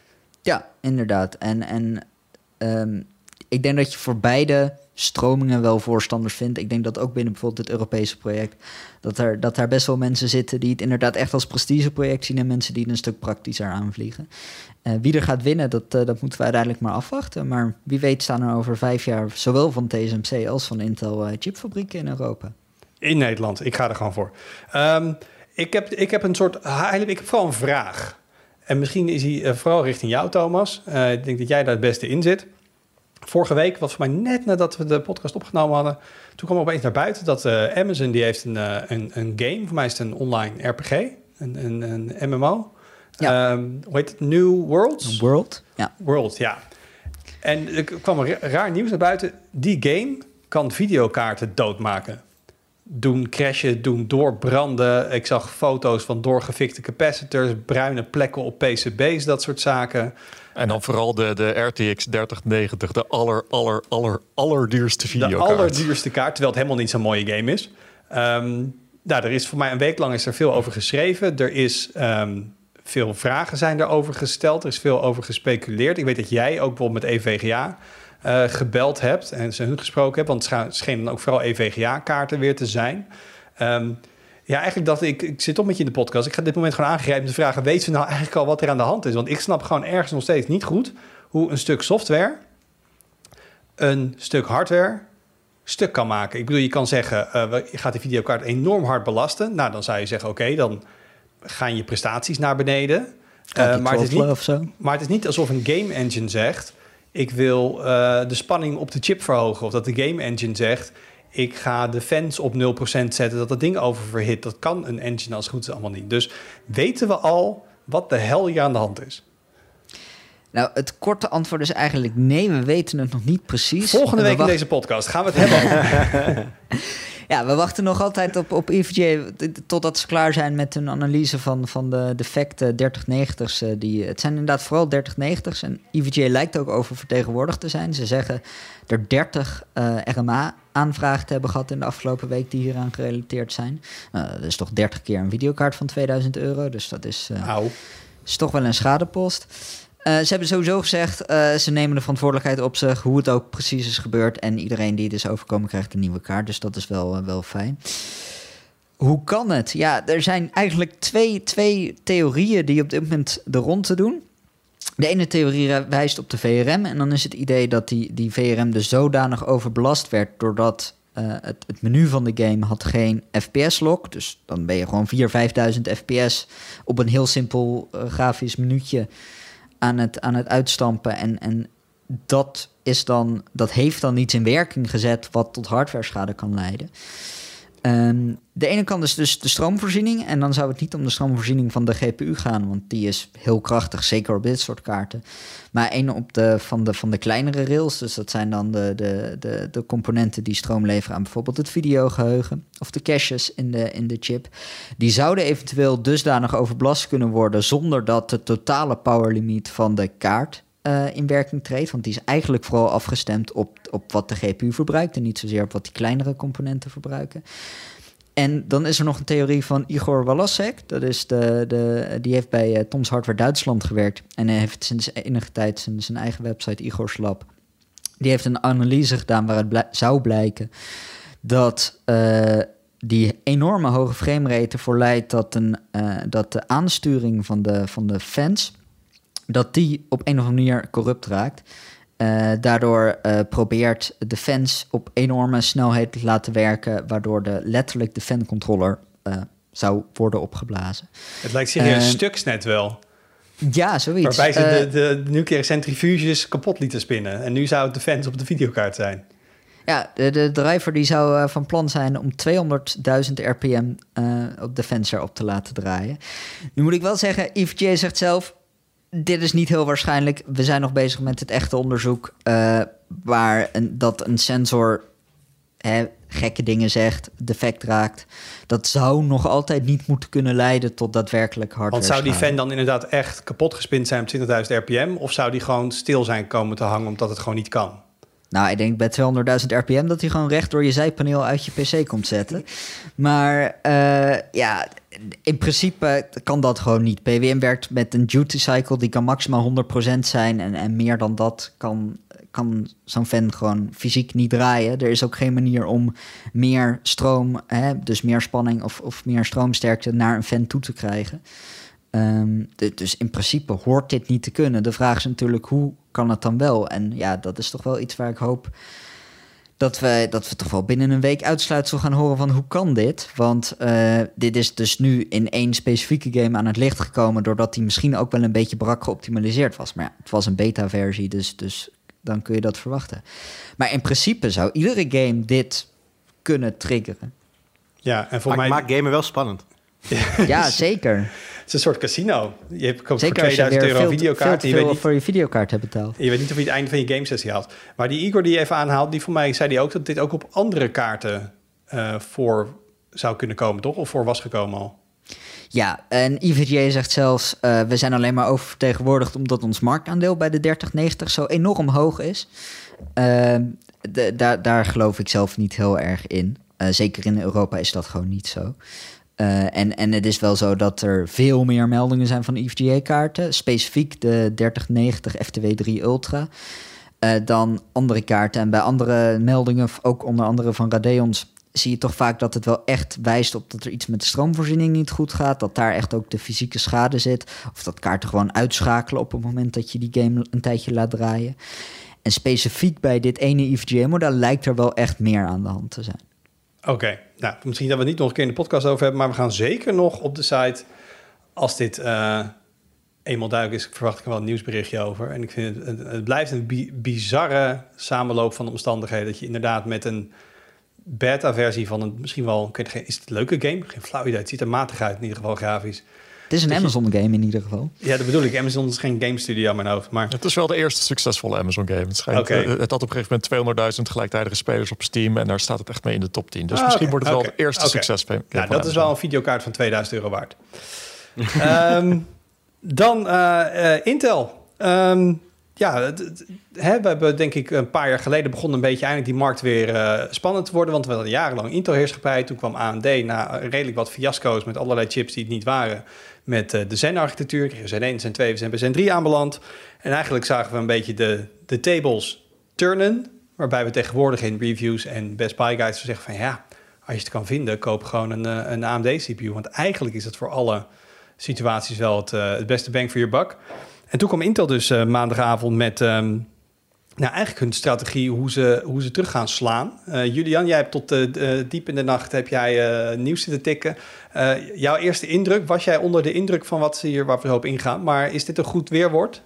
Ja, inderdaad. En, en um, ik denk dat je voor beide stromingen wel voorstanders vindt. Ik denk dat ook binnen bijvoorbeeld het Europese project, dat er, dat daar best wel mensen zitten die het inderdaad echt als prestigeproject zien en mensen die het een stuk praktischer aanvliegen. Uh, wie er gaat winnen, dat, uh, dat moeten we uiteindelijk maar afwachten. Maar wie weet staan er over vijf jaar zowel van T S M C als van Intel uh, chipfabrieken in Europa. In Nederland, ik ga er gewoon voor. Um, ik, heb, ik heb een soort, ik heb vooral een vraag. En misschien is hij uh, vooral richting jou, Thomas. Uh, ik denk dat jij daar het beste in zit. Vorige week, wat voor mij net nadat we de podcast opgenomen hadden, toen kwam opeens naar buiten dat uh, Amazon, die heeft een, uh, een, een game, voor mij is het een online R P G, een, een, een M M O. Ja. Um, hoe heet het? New Worlds? World, ja. World, ja. En er kwam een raar nieuws naar buiten. Die game kan videokaarten doodmaken. Doen crashen, doen doorbranden. Ik zag foto's van doorgefikte capacitors, bruine plekken op P C B's, dat soort zaken. En dan vooral de, de R T X dertig negentig, de aller, aller, aller, allerduurste videokaart. De allerduurste kaart, terwijl het helemaal niet zo'n mooie game is. Um, nou, er is voor mij een week lang is er veel over geschreven. Er is um, veel vragen zijn erover gesteld. Er is veel over gespeculeerd. Ik weet dat jij ook bijvoorbeeld met E V G A uh, gebeld hebt en ze hun gesproken hebt. Want het schenen dan ook vooral E V G A-kaarten weer te zijn. Um, Ja, eigenlijk dacht ik, ik zit toch met je in de podcast. Ik ga dit moment gewoon aangrijpen om te vragen, weten we nou eigenlijk al wat er aan de hand is? Want ik snap gewoon ergens nog steeds niet goed hoe een stuk software een stuk hardware stuk kan maken. Ik bedoel, je kan zeggen, uh, je gaat die videokaart enorm hard belasten. Nou, dan zou je zeggen, oké, okay, dan gaan je prestaties naar beneden. Uh, maar, het is niet, zo. maar het is niet alsof een game engine zegt, ik wil uh, de spanning op de chip verhogen. Of dat de game engine zegt, ik ga de fans op nul procent zetten, dat dat ding oververhit. Dat kan een engine als het goed is allemaal niet. Dus weten we al wat de hel hier aan de hand is? Nou, het korte antwoord is eigenlijk nee, we weten het nog niet precies. Volgende week wacht... in deze podcast gaan we het hebben over. Ja, we wachten nog altijd op, op I V G A totdat ze klaar zijn met hun analyse van, van de defecte dertig negentig's. Die, het zijn inderdaad vooral dertig negentig's en I V G A lijkt ook oververtegenwoordigd te zijn. Ze zeggen er dertig uh, R M A-aanvragen te hebben gehad in de afgelopen week die hieraan gerelateerd zijn. Uh, dat is toch dertig keer een videokaart van tweeduizend euro, dus dat is, uh, is toch wel een schadepost. Uh, ze hebben sowieso gezegd, uh, ze nemen de verantwoordelijkheid op zich, hoe het ook precies is gebeurd. En iedereen die het is overkomen krijgt een nieuwe kaart, dus dat is wel, uh, wel fijn. Hoe kan het? Ja, er zijn eigenlijk twee, twee theorieën die op dit moment de ronde doen. De ene theorie wijst op de V R M en dan is het idee dat die, die V R M dus zodanig overbelast werd doordat uh, het, het menu van de game had geen F P S-lock. Dus dan ben je gewoon vierduizend, vijfduizend F P S op een heel simpel uh, grafisch menuutje aan het, aan het uitstampen. En, en dat, is dan, dat heeft dan iets in werking gezet wat tot hardwareschade kan leiden. Um, de ene kant is dus de stroomvoorziening. En dan zou het niet om de stroomvoorziening van de G P U gaan, want die is heel krachtig, zeker op dit soort kaarten. Maar één op de, van, de, van de kleinere rails. Dus dat zijn dan de, de, de, de componenten die stroom leveren aan bijvoorbeeld het videogeheugen of de caches in de, in de chip. Die zouden eventueel dusdanig overbelast kunnen worden zonder dat de totale powerlimiet van de kaart Uh, in werking treedt. Want die is eigenlijk vooral afgestemd op, op wat de G P U verbruikt en niet zozeer op wat die kleinere componenten verbruiken. En dan is er nog een theorie van Igor Walasek. Dat is de, de, die heeft bij uh, Tom's Hardware Duitsland gewerkt en hij heeft sinds enige tijd zijn, zijn eigen website Igor's Lab. Die heeft een analyse gedaan waaruit bl- zou blijken dat uh, die enorme hoge framerate ervoor leidt dat, een, uh, dat de aansturing van de, van de fans, dat die op een of andere manier corrupt raakt. Uh, daardoor uh, probeert de fans op enorme snelheid te laten werken, waardoor de, letterlijk de fancontroller uh, zou worden opgeblazen. Het lijkt serieus uh, Stuxnet wel. Ja, zoiets. Waarbij ze uh, de, de, de nucleaire centrifuges kapot lieten spinnen. En nu zou het de fans op de videokaart zijn. Ja, de, de driver die zou uh, van plan zijn om tweehonderdduizend R P M uh, op de Vencer op te laten draaien. Nu moet ik wel zeggen, E V G A zegt zelf, dit is niet heel waarschijnlijk. We zijn nog bezig met het echte onderzoek uh, waar een, dat een sensor hè, gekke dingen zegt, defect raakt. Dat zou nog altijd niet moeten kunnen leiden tot daadwerkelijk hardware. Want zou die schade. fan dan inderdaad echt kapot gespind zijn op twintigduizend R P M? Of zou die gewoon stil zijn komen te hangen omdat het gewoon niet kan? Nou, ik denk bij tweehonderdduizend R P M dat hij gewoon recht door je zijpaneel uit je P C komt zetten. Maar uh, ja, in principe kan dat gewoon niet. P W M werkt met een duty cycle, die kan maximaal honderd procent zijn. En, en meer dan dat kan, kan zo'n fan gewoon fysiek niet draaien. Er is ook geen manier om meer stroom, hè, dus meer spanning of, of meer stroomsterkte naar een fan toe te krijgen. Um, de, dus in principe hoort dit niet te kunnen. De vraag is natuurlijk, hoe kan het dan wel? En ja, dat is toch wel iets waar ik hoop dat we, dat we toch wel binnen een week uitsluitsel gaan horen van hoe kan dit? Want uh, dit is dus nu in één specifieke game aan het licht gekomen, doordat die misschien ook wel een beetje brak geoptimaliseerd was. Maar ja, het was een beta-versie, dus, dus dan kun je dat verwachten. Maar in principe zou iedere game dit kunnen triggeren. Ja, en voor maar mij maakt gamen wel spannend. Ja, zeker. Het is een soort casino. Je hebt koopt Zeker voor tweeduizend euro veel, videokaart. Veel je te veel weet niet, voor je videokaart hebt betaald. je weet niet of je het einde van je gamesessie haalt. Maar die Igor die je even aanhaalt, die voor mij zei die ook dat dit ook op andere kaarten uh, voor zou kunnen komen, toch? Of voor was gekomen al? Ja, en I V G A zegt zelfs, uh, we zijn alleen maar oververtegenwoordigd omdat ons marktaandeel bij de dertig negentig zo enorm hoog is. Uh, de, daar, daar geloof ik zelf niet heel erg in. Uh, zeker in Europa is dat gewoon niet zo. Uh, en, en het is wel zo dat er veel meer meldingen zijn van I V G A-kaarten. Specifiek de dertig negentig F T W drie Ultra. Uh, dan andere kaarten. En bij andere meldingen, ook onder andere van Radeons, zie je toch vaak dat het wel echt wijst op dat er iets met de stroomvoorziening niet goed gaat. Dat daar echt ook de fysieke schade zit. Of dat kaarten gewoon uitschakelen op het moment dat je die game een tijdje laat draaien. En specifiek bij dit ene I V G A-model lijkt er wel echt meer aan de hand te zijn. Oké, okay. Nou, misschien dat we het niet nog een keer in de podcast over hebben, maar we gaan zeker nog op de site, als dit uh, eenmaal duidelijk is, verwacht ik er wel een nieuwsberichtje over. En ik vind het, het, het blijft een bi- bizarre samenloop van omstandigheden, dat je inderdaad met een beta-versie van een, misschien wel, is het een leuke game? Geen flauw idee, het ziet er matig uit, in ieder geval grafisch. Het is een Amazon-game in ieder geval. Ja, dat bedoel ik. Amazon is geen game studio aan mijn hoofd. Maar het is wel de eerste succesvolle Amazon-game. Het, schijnt, okay. uh, het had op een gegeven moment tweehonderdduizend gelijktijdige spelers op Steam. En daar staat het echt mee in de top tien. Dus ah, misschien okay. wordt het okay. wel de eerste okay. succes. Nou, dat Amazon. Is wel een videokaart van tweeduizend euro waard. um, dan uh, uh, Intel. Um, ja, het, het, hè, we hebben denk ik een paar jaar geleden begonnen een beetje eindelijk die markt weer uh, spannend te worden. Want we hadden jarenlang Intel-heerschappij. Toen kwam A M D na redelijk wat fiasco's met allerlei chips die het niet waren. Met uh, de Zen-architectuur. Zen één, Zen twee, we zijn bij Zen drie aanbeland. En eigenlijk zagen we een beetje de, de tables turnen. Waarbij we tegenwoordig in reviews en Best Buy guides zeggen van ja, als je het kan vinden, koop gewoon een, een A M D-C P U. Want eigenlijk is het voor alle situaties wel het, uh, het beste bang for your buck. En toen kwam Intel dus uh, maandagavond met um, nou, eigenlijk hun strategie hoe ze, hoe ze terug gaan slaan. Uh, Julian, jij hebt tot uh, uh, diep in de nacht heb jij uh, nieuws zitten tikken. Uh, jouw eerste indruk, was jij onder de indruk van wat ze hier, waar we zo op ingaan? Maar is dit een goed weerwoord?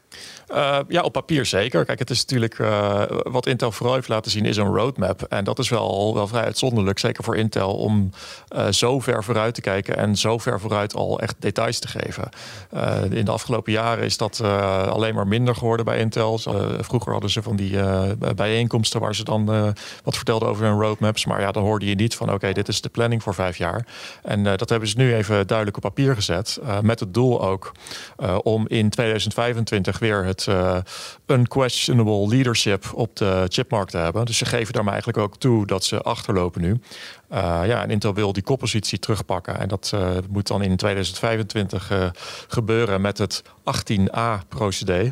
Uh, ja, op papier zeker. Kijk, het is natuurlijk uh, wat Intel vooral heeft laten zien is een roadmap. En dat is wel, wel vrij uitzonderlijk, zeker voor Intel, om uh, zo ver vooruit te kijken en zo ver vooruit al echt details te geven. Uh, in de afgelopen jaren is dat uh, alleen maar minder geworden bij Intel. Uh, vroeger hadden ze van die uh, bijeenkomsten waar ze dan uh, wat vertelden over hun roadmaps. Maar ja, dan hoorde je niet van oké, okay, dit is de planning voor vijf jaar. En uh, dat hebben ze nu even duidelijk op papier gezet. Uh, met het doel ook uh, om in tweeduizend vijfentwintig weer het Uh, unquestionable leadership op de chipmarkt te hebben. Dus ze geven daarmee eigenlijk ook toe dat ze achterlopen nu. Uh, ja, en Intel wil die koppositie terugpakken. En dat uh, moet dan in tweeduizend vijfentwintig uh, gebeuren met het achttien A-procedé.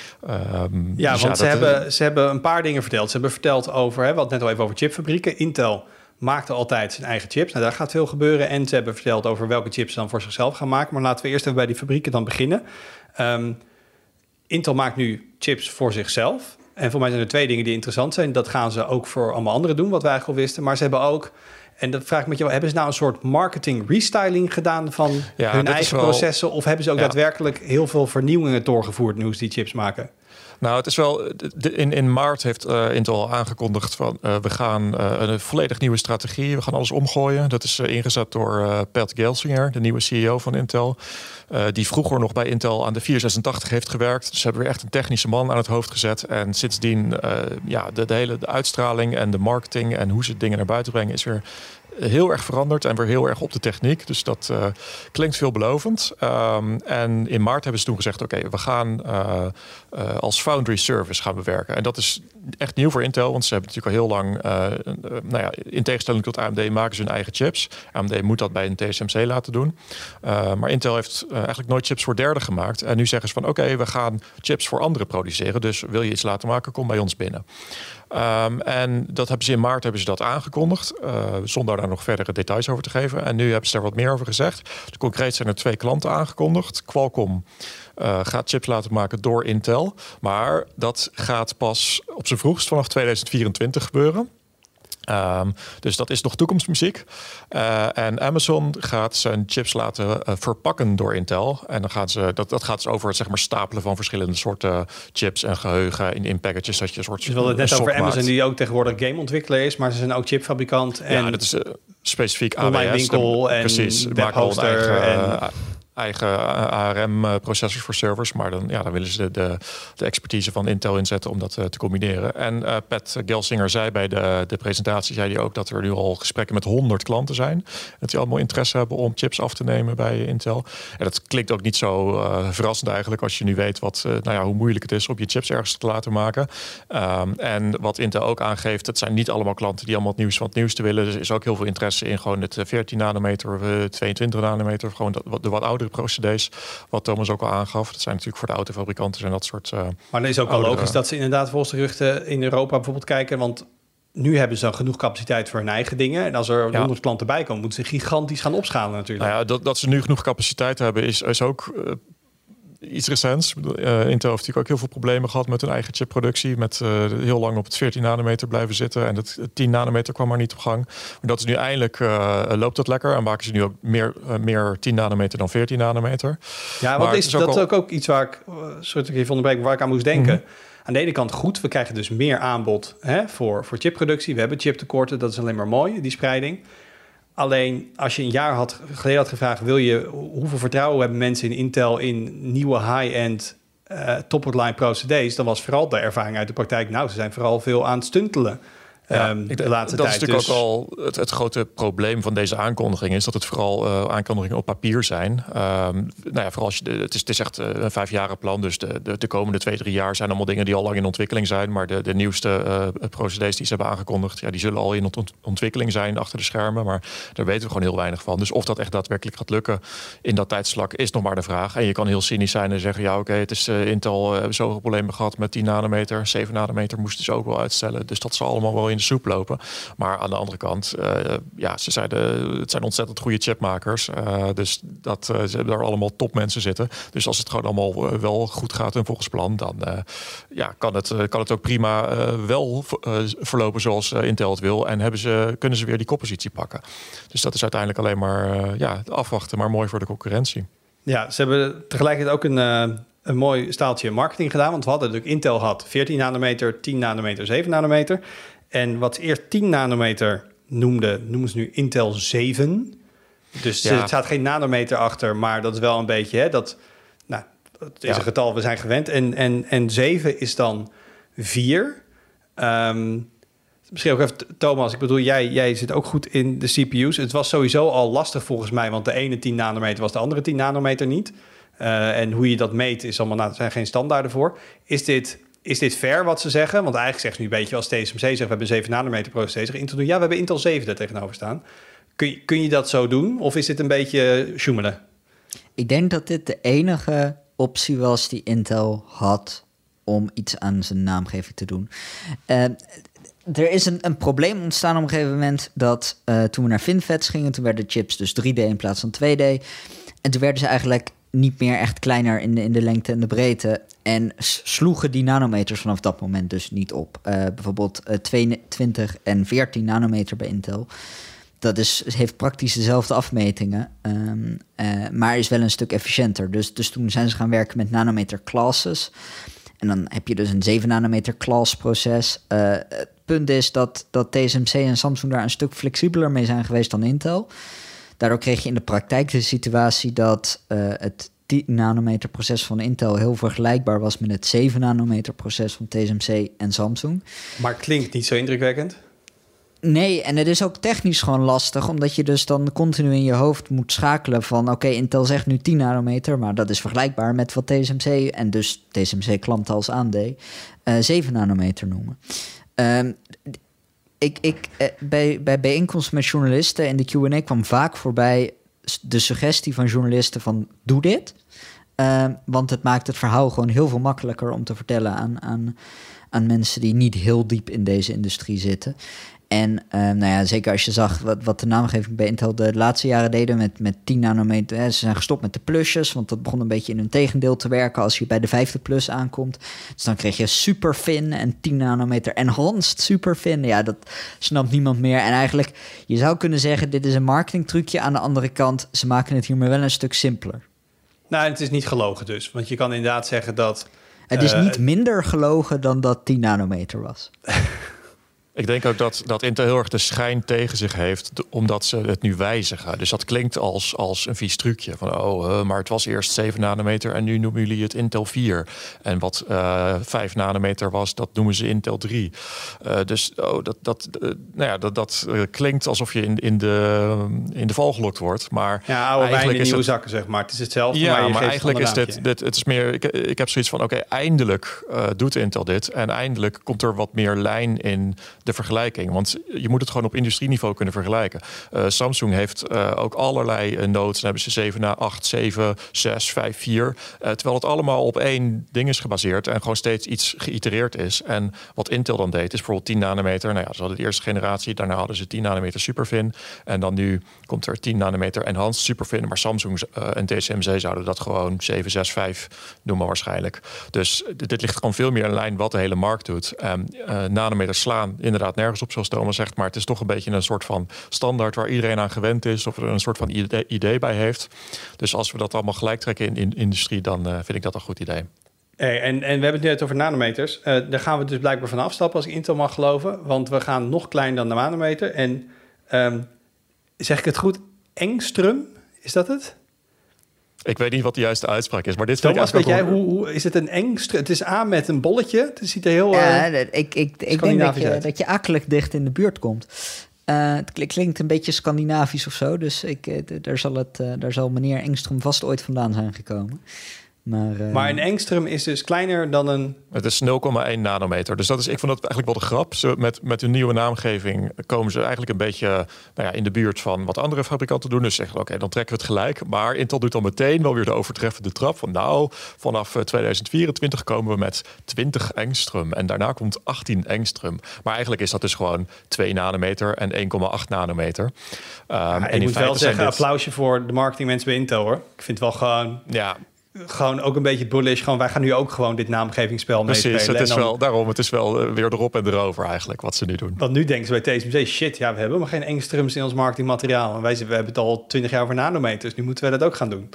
Um, ja, dus want ja, ze, dat, hebben, ze hebben een paar dingen verteld. Ze hebben verteld over, hè, we hadden het net al even over chipfabrieken. Intel maakte altijd zijn eigen chips. Nou, daar gaat veel gebeuren. En ze hebben verteld over welke chips ze dan voor zichzelf gaan maken. Maar laten we eerst even bij die fabrieken dan beginnen. Um, Intel maakt nu chips voor zichzelf. En voor mij zijn er twee dingen die interessant zijn. Dat gaan ze ook voor allemaal anderen doen, wat wij eigenlijk al wisten. Maar ze hebben ook, en dat vraag ik met je, hebben ze nou een soort marketing restyling gedaan van ja, hun eigen wel, processen? Of hebben ze ook ja. daadwerkelijk heel veel vernieuwingen doorgevoerd nu ze die chips maken? Nou, het is wel. De, in, in maart heeft uh, Intel aangekondigd van uh, we gaan uh, een volledig nieuwe strategie. We gaan alles omgooien. Dat is uh, ingezet door uh, Pat Gelsinger, de nieuwe C E O van Intel. Uh, die vroeger nog bij Intel aan de vierhonderdzesentachtig heeft gewerkt. Dus ze hebben weer echt een technische man aan het hoofd gezet. En sindsdien, uh, ja, de, de hele de uitstraling en de marketing en hoe ze dingen naar buiten brengen is weer heel erg veranderd en weer heel erg op de techniek. Dus dat uh, klinkt veelbelovend. Um, en in maart hebben ze toen gezegd, oké, okay, we gaan uh, uh, als Foundry Service gaan we werken. En dat is echt nieuw voor Intel, want ze hebben natuurlijk al heel lang, uh, uh, nou ja, in tegenstelling tot A M D maken ze hun eigen chips. A M D moet dat bij een T S M C laten doen. Uh, maar Intel heeft uh, eigenlijk nooit chips voor derden gemaakt. En nu zeggen ze van, oké, okay, we gaan chips voor anderen produceren. Dus wil je iets laten maken, kom bij ons binnen. Um, en dat hebben ze in maart hebben ze dat aangekondigd, uh, zonder daar nog verdere details over te geven. En nu hebben ze er wat meer over gezegd. Dus concreet zijn er twee klanten aangekondigd. Qualcomm uh, gaat chips laten maken door Intel, maar dat gaat pas op zijn vroegst vanaf tweeduizend vierentwintig gebeuren. Um, dus dat is nog toekomstmuziek. Uh, en Amazon gaat zijn chips laten uh, verpakken door Intel. En dan gaan ze, dat, dat gaat dus over het zeg maar, stapelen van verschillende soorten chips en geheugen in, in packages. Dat je een soort. Je wilde het net over Amazon, maakt. Die ook tegenwoordig gameontwikkelaar is, maar ze zijn ook chipfabrikant. En ja, dat is uh, specifiek A W S. Online winkel de, en precies, webhoster eigen, en eigen A R M-processors voor servers. Maar dan, ja, dan willen ze de, de, de expertise van Intel inzetten om dat uh, te combineren. En uh, Pat Gelsinger zei bij de, de presentatie zei hij ook dat er nu al gesprekken met honderd klanten zijn. Dat die allemaal interesse hebben om chips af te nemen bij Intel. En dat klinkt ook niet zo uh, verrassend eigenlijk als je nu weet wat, uh, nou ja, hoe moeilijk het is om je chips ergens te laten maken. Um, en wat Intel ook aangeeft, het zijn niet allemaal klanten die allemaal het nieuws van het nieuws te willen. Dus er is ook heel veel interesse in gewoon het veertien nanometer, uh, tweeëntwintig nanometer, gewoon dat, de wat oudere procedés, wat Thomas ook al aangaf. Dat zijn natuurlijk voor de autofabrikanten en dat soort. Uh, maar dan is ook wel oudere... logisch dat ze inderdaad volgens de geruchten in Europa bijvoorbeeld kijken, want nu hebben ze dan genoeg capaciteit voor hun eigen dingen. En als er honderd ja. klanten bij komen, moeten ze gigantisch gaan opschalen natuurlijk. Nou ja, dat, dat ze nu genoeg capaciteit hebben is, is ook uh, iets recents. Uh, Intel heeft natuurlijk ook heel veel problemen gehad met hun eigen chipproductie. Met uh, heel lang op het veertien nanometer blijven zitten. En het tien nanometer kwam maar niet op gang. Maar dat is nu eindelijk, uh, loopt dat lekker. En maken ze nu ook meer, uh, meer tien nanometer dan veertien nanometer. Ja, want is, is ook dat is ook, ook iets waar ik, uh, soort ik even onderbreken, waar ik aan moest denken. Mm-hmm. Aan de ene kant goed, we krijgen dus meer aanbod hè, voor, voor chipproductie. We hebben chiptekorten, dat is alleen maar mooi, die spreiding. Alleen als je een jaar had, geleden had gevraagd, wil je, hoeveel vertrouwen hebben mensen in Intel in nieuwe high-end uh, top-of-line procedés, dan was vooral de ervaring uit de praktijk, nou, ze zijn vooral veel aan het stuntelen. Ja, um, ik, de laatste dat tijd. is natuurlijk dus... ook al het, het grote probleem van deze aankondiging is dat het vooral uh, aankondigingen op papier zijn. Um, nou ja, vooral als je de, het, is, het is echt een vijfjaren plan, dus de, de, de komende twee, drie jaar zijn allemaal dingen die al lang in ontwikkeling zijn. Maar de, de nieuwste uh, procedés die ze hebben aangekondigd, ja, die zullen al in ont- ontwikkeling zijn achter de schermen. Maar daar weten we gewoon heel weinig van. Dus of dat echt daadwerkelijk gaat lukken in dat tijdsvlak is nog maar de vraag. En je kan heel cynisch zijn en zeggen, ja oké, okay, het is uh, Intel uh, zoveel problemen gehad met tien nanometer, zeven nanometer moesten ze ook wel uitstellen. Dus dat zal allemaal wel in de soep lopen. Maar aan de andere kant, uh, ja, ze zeiden, het zijn ontzettend goede chipmakers. Uh, dus dat uh, ze hebben daar allemaal topmensen zitten. Dus als het gewoon allemaal uh, wel goed gaat en volgens plan, dan uh, ja, kan, het, uh, kan het ook prima uh, wel uh, verlopen zoals uh, Intel het wil. En hebben ze, kunnen ze weer die koppositie pakken. Dus dat is uiteindelijk alleen maar uh, ja, afwachten, maar mooi voor de concurrentie. Ja, ze hebben tegelijkertijd ook een... Uh... een mooi staaltje marketing gedaan. Want we hadden natuurlijk Intel had veertien nanometer, tien nanometer, zeven nanometer. En wat ze eerst tien nanometer noemde, noemen ze nu Intel zeven. Dus ja. Er staat geen nanometer achter, maar dat is wel een beetje... Hè, dat, nou, het is ja. een getal, we zijn gewend. En, en, en zeven is dan vier. Um, misschien ook even, Thomas, ik bedoel, jij, jij zit ook goed in de C P U's. Het was sowieso al lastig volgens mij, want de ene tien nanometer was de andere tien nanometer niet. Uh, en hoe je dat meet is allemaal, nou, er zijn geen standaarden voor. Is dit, is dit fair wat ze zeggen? Want eigenlijk zeggen ze nu een beetje als T S M C zegt, we hebben een zeven nanometer processor. Intel doen, ja, we hebben Intel zeven daar tegenover staan. Kun je, kun je dat zo doen? Of is dit een beetje sjoemelen? Ik denk dat dit de enige optie was die Intel had om iets aan zijn naamgeving te doen. Uh, er is een, een probleem ontstaan op een gegeven moment dat uh, toen we naar FinFETs gingen, toen werden chips dus drie D in plaats van twee D. En toen werden ze eigenlijk niet meer echt kleiner in de, in de lengte en de breedte. En sloegen die nanometers vanaf dat moment dus niet op. Uh, bijvoorbeeld uh, tweeëntwintig en veertien nanometer bij Intel. Dat is, heeft praktisch dezelfde afmetingen, um, uh, maar is wel een stuk efficiënter. Dus, dus toen zijn ze gaan werken met nanometer classes. En dan heb je dus een zeven nanometer class proces. Uh, het punt is dat, dat T S M C en Samsung daar een stuk flexibeler mee zijn geweest dan Intel. Daardoor kreeg je in de praktijk de situatie dat uh, het tien nanometer proces van Intel heel vergelijkbaar was met het zeven nanometer proces van T S M C en Samsung. Maar klinkt niet zo indrukwekkend. Nee, en het is ook technisch gewoon lastig, omdat je dus dan continu in je hoofd moet schakelen van oké, okay, Intel zegt nu tien nanometer, maar dat is vergelijkbaar met wat T S M C en dus T S M C klanten als A M D uh, zeven nanometer noemen. Um, ik, ik, uh, bij, bij bijeenkomsten met journalisten in de Q en A kwam vaak voorbij de suggestie van journalisten van doe dit, uh, want het maakt het verhaal gewoon heel veel makkelijker om te vertellen aan, aan, aan mensen die niet heel diep in deze industrie zitten. En uh, nou ja, zeker als je zag wat, wat de naamgeving bij Intel de laatste jaren deden met, met tien nanometer. Hè, ze zijn gestopt met de plusjes, want dat begon een beetje in hun tegendeel te werken als je bij de vijfde plus aankomt. Dus dan kreeg je superfin en tien nanometer enhanced superfin. Ja, dat snapt niemand meer. En eigenlijk, je zou kunnen zeggen, dit is een marketingtrucje. Aan de andere kant, ze maken het hiermee wel een stuk simpeler. Nou, het is niet gelogen dus. Want je kan inderdaad zeggen dat... Het is uh, niet minder gelogen dan dat tien nanometer was. Ik denk ook dat, dat Intel heel erg de schijn tegen zich heeft, omdat ze het nu wijzigen. Dus dat klinkt als, als een vies trucje. Van, oh, uh, maar het was eerst zeven nanometer en nu noemen jullie het Intel vier. En wat uh, vijf nanometer was, dat noemen ze Intel drie. Uh, dus oh, dat, dat, uh, nou ja, dat, dat uh, klinkt alsof je in, in, de, in de val gelokt wordt. Maar ja, oude wijn in nieuwe het, zakken, zeg maar. Het is hetzelfde, ja, maar je maar geeft eigenlijk is dit, dit... Het is meer... Ik, ik heb zoiets van, oké, okay, eindelijk uh, doet Intel dit. En eindelijk komt er wat meer lijn in de vergelijking. Want je moet het gewoon op industrieniveau kunnen vergelijken. Uh, Samsung heeft uh, ook allerlei uh, nodes. Dan hebben ze zeven na acht, zeven, zes, vijf, vier. Uh, terwijl het allemaal op één ding is gebaseerd en gewoon steeds iets geïtereerd is. En wat Intel dan deed, is bijvoorbeeld tien nanometer. Nou ja, ze hadden de eerste generatie. Daarna hadden ze tien nanometer superfin. En dan nu komt er tien nanometer enhanced superfin. Maar Samsung uh, en T S M C zouden dat gewoon zeven, zes, vijf noemen waarschijnlijk. Dus dit, dit ligt gewoon veel meer in lijn wat de hele markt doet. Um, uh, nanometers slaan inderdaad nergens op, zoals Thomas zegt, maar het is toch een beetje een soort van standaard waar iedereen aan gewend is of er een soort van idee, idee bij heeft. Dus als we dat allemaal gelijk trekken in, in industrie, dan uh, vind ik dat een goed idee. Hey, en, en we hebben het net over nanometers. Uh, daar gaan we dus blijkbaar van afstappen als ik Intel mag geloven, want we gaan nog kleiner dan de nanometer. En um, zeg ik het goed, Engstrom, is dat het? Ik weet niet wat de juiste uitspraak is, maar dit Thomas, vind ik weet jij, hoe, hoe is het een Engstrom? Het is A met een bolletje. Het ziet er heel... Ja, uh, ik, ik, ik denk dat je, dat je akelig dicht in de buurt komt. Uh, het klinkt een beetje Scandinavisch of zo, dus ik, daar, zal het, uh, daar zal meneer Engstrom vast ooit vandaan zijn gekomen. Maar, uh... maar een Engstrom is dus kleiner dan een... Het is nul komma één nanometer. Dus dat is, ik vond dat eigenlijk wel de grap. Ze, met, met hun nieuwe naamgeving komen ze eigenlijk een beetje nou ja, in de buurt van wat andere fabrikanten doen. Dus zeggen oké, okay, dan trekken we het gelijk. Maar Intel doet dan meteen wel weer de overtreffende trap. Van nou, vanaf tweeduizend vierentwintig komen we met twintig Engstrom. En daarna komt achttien Engstrom. Maar eigenlijk is dat dus gewoon twee nanometer en één komma acht nanometer. Um, ja, en ik in moet wel zeggen, dit... applausje voor de marketingmensen bij Intel, hoor. Ik vind het wel gewoon... Ja, Gewoon ook een beetje bullish. Gewoon, wij gaan nu ook gewoon dit naamgevingsspel meespelen. Precies, het is dan, wel, daarom, het is wel uh, weer erop en erover eigenlijk wat ze nu doen. Want nu denken ze bij T S M C, shit, ja, we hebben maar geen Engstroms in ons marketingmateriaal. En wij we hebben het al twintig jaar over nanometers. Nu moeten we dat ook gaan doen.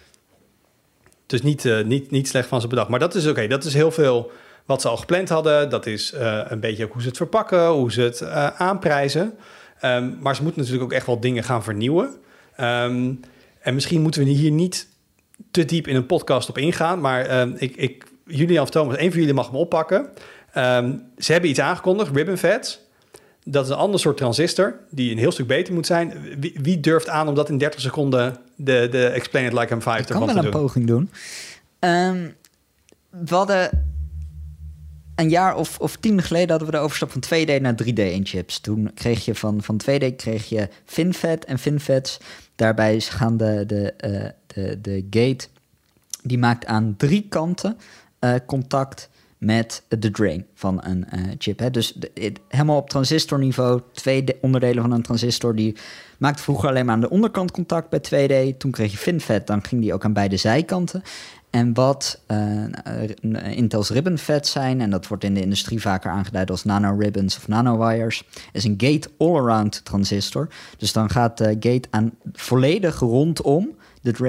Dus niet, uh, niet, niet slecht van ze bedacht. Maar dat is oké, okay, dat is heel veel wat ze al gepland hadden. Dat is uh, een beetje ook hoe ze het verpakken, hoe ze het uh, aanprijzen. Um, maar ze moeten natuurlijk ook echt wel dingen gaan vernieuwen. Um, en misschien moeten we hier niet te diep in een podcast op ingaan. Maar um, ik, ik, Julian of Thomas, één van jullie mag me oppakken. Um, ze hebben iets aangekondigd, RibbonFETs. Dat is een ander soort transistor die een heel stuk beter moet zijn. Wie, wie durft aan om dat in dertig seconden de, de Explain It Like I'm Five ervan te doen? Ik kan wel een poging doen. Um, we hadden een jaar of, of tien geleden hadden we de overstap van twee D naar drie D in chips. Toen kreeg je van, van twee D kreeg je FinFET en FinFETs. Daarbij gaan de, de, uh, de, de gate, die maakt aan drie kanten uh, contact met de drain van een uh, chip. Hè. Dus de, het, helemaal op transistorniveau, twee de, onderdelen van een transistor, die maakte vroeger alleen maar aan de onderkant contact bij twee D. Toen kreeg je FinFET, dan ging die ook aan beide zijkanten. En wat uh, Intel's RibbonFETs zijn, en dat wordt in de industrie vaker aangeduid als nanoribbons of nanowires, is een gate all-around transistor. Dus dan gaat de gate aan volledig rondom de drain,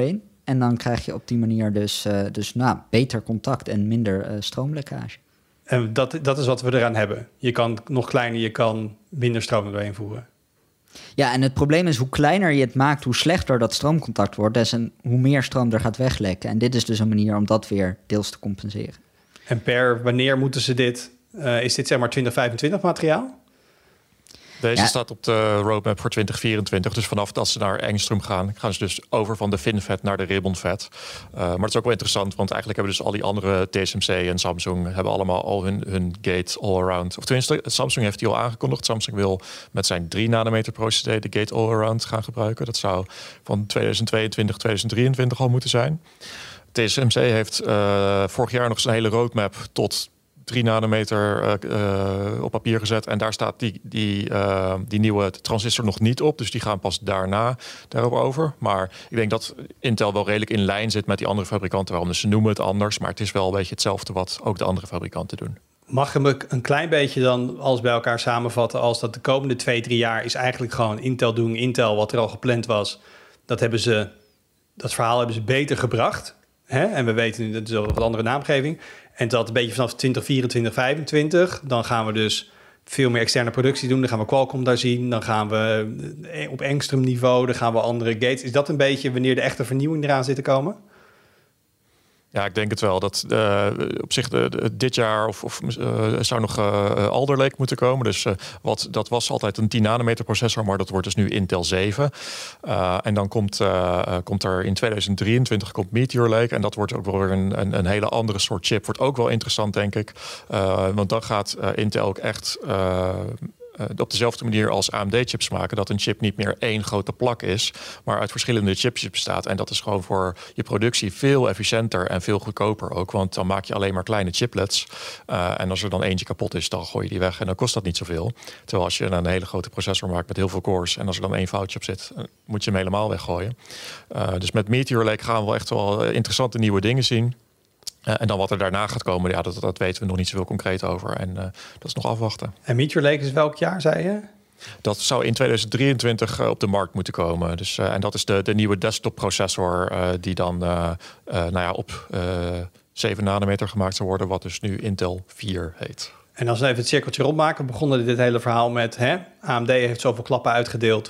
En dan krijg je op die manier dus, uh, dus nou, beter contact en minder uh, stroomlekkage. En dat, dat is wat we eraan hebben. Je kan nog kleiner, je kan minder stroom doorheen voeren. Ja, en het probleem is hoe kleiner je het maakt, hoe slechter dat stroomcontact wordt. Dus en hoe meer stroom er gaat weglekken. En dit is dus een manier om dat weer deels te compenseren. En per wanneer moeten ze dit... Uh, is dit zeg maar twintig vijfentwintig materiaal? Deze ja. staat op de roadmap voor twintig vierentwintig. Dus vanaf dat ze naar Engstrom gaan, gaan ze dus over van de FinFET naar de ribbonFET. Uh, maar het is ook wel interessant, want eigenlijk hebben dus al die andere T S M C en Samsung hebben allemaal al hun, hun gate all-around. Of tenminste, Samsung heeft die al aangekondigd. Samsung wil met zijn drie nanometer processor de gate all-around gaan gebruiken. Dat zou van tweeduizend tweeëntwintig, tweeduizend drieëntwintig al moeten zijn. T S M C heeft uh, vorig jaar nog zijn hele roadmap tot drie nanometer uh, uh, op papier gezet. En daar staat die, die, uh, die nieuwe transistor nog niet op. Dus die gaan pas daarna daarop over. Maar ik denk dat Intel wel redelijk in lijn zit met die andere fabrikanten. Waarom? Dus ze noemen het anders. Maar het is wel een beetje hetzelfde wat ook de andere fabrikanten doen. Mag je me een klein beetje dan alles bij elkaar samenvatten als dat de komende twee, drie jaar is eigenlijk gewoon Intel doen. Intel, wat er al gepland was, dat hebben ze, dat verhaal hebben ze beter gebracht. Hè? En we weten, dat is wel wat andere naamgeving. En dat een beetje vanaf twintig vierentwintig, vijfentwintig... dan gaan we dus veel meer externe productie doen. Dan gaan we Qualcomm daar zien. Dan gaan we op Engstrom niveau, dan gaan we andere gates. Is dat een beetje wanneer de echte vernieuwing eraan zit te komen? Ja, ik denk het wel. Dat uh, op zich de, de, dit jaar of, of uh, zou nog uh, Alder Lake moeten komen. Dus uh, wat, dat was altijd een tien nanometer processor, maar dat wordt dus nu Intel zeven. Uh, en dan komt, uh, komt er in tweeduizend drieëntwintig komt Meteor Lake. En dat wordt ook wel weer een, een, een hele andere soort chip. Wordt ook wel interessant, denk ik. Uh, want dan gaat uh, Intel ook echt... Uh, Uh, op dezelfde manier als A M D-chips maken, dat een chip niet meer één grote plak is, maar uit verschillende chipjes bestaat. En dat is gewoon voor je productie veel efficiënter en veel goedkoper ook, want dan maak je alleen maar kleine chiplets. Uh, en als er dan eentje kapot is, dan gooi je die weg en dan kost dat niet zoveel. Terwijl als je een hele grote processor maakt met heel veel cores en als er dan één foutje op zit, moet je hem helemaal weggooien. Uh, dus met Meteor Lake gaan we echt wel interessante nieuwe dingen zien. Uh, en dan wat er daarna gaat komen, ja, dat, dat weten we nog niet zoveel concreet over. En uh, dat is nog afwachten. En Meteor Lake is welk jaar, zei je? Dat zou in tweeduizend drieëntwintig uh, op de markt moeten komen. Dus, uh, en dat is de, de nieuwe desktop processor uh, die dan uh, uh, nou ja, op uh, zeven nanometer gemaakt zou worden, wat dus nu Intel vier heet. En als we even het cirkeltje rondmaken, we begonnen dit hele verhaal met hè, A M D heeft zoveel klappen uitgedeeld.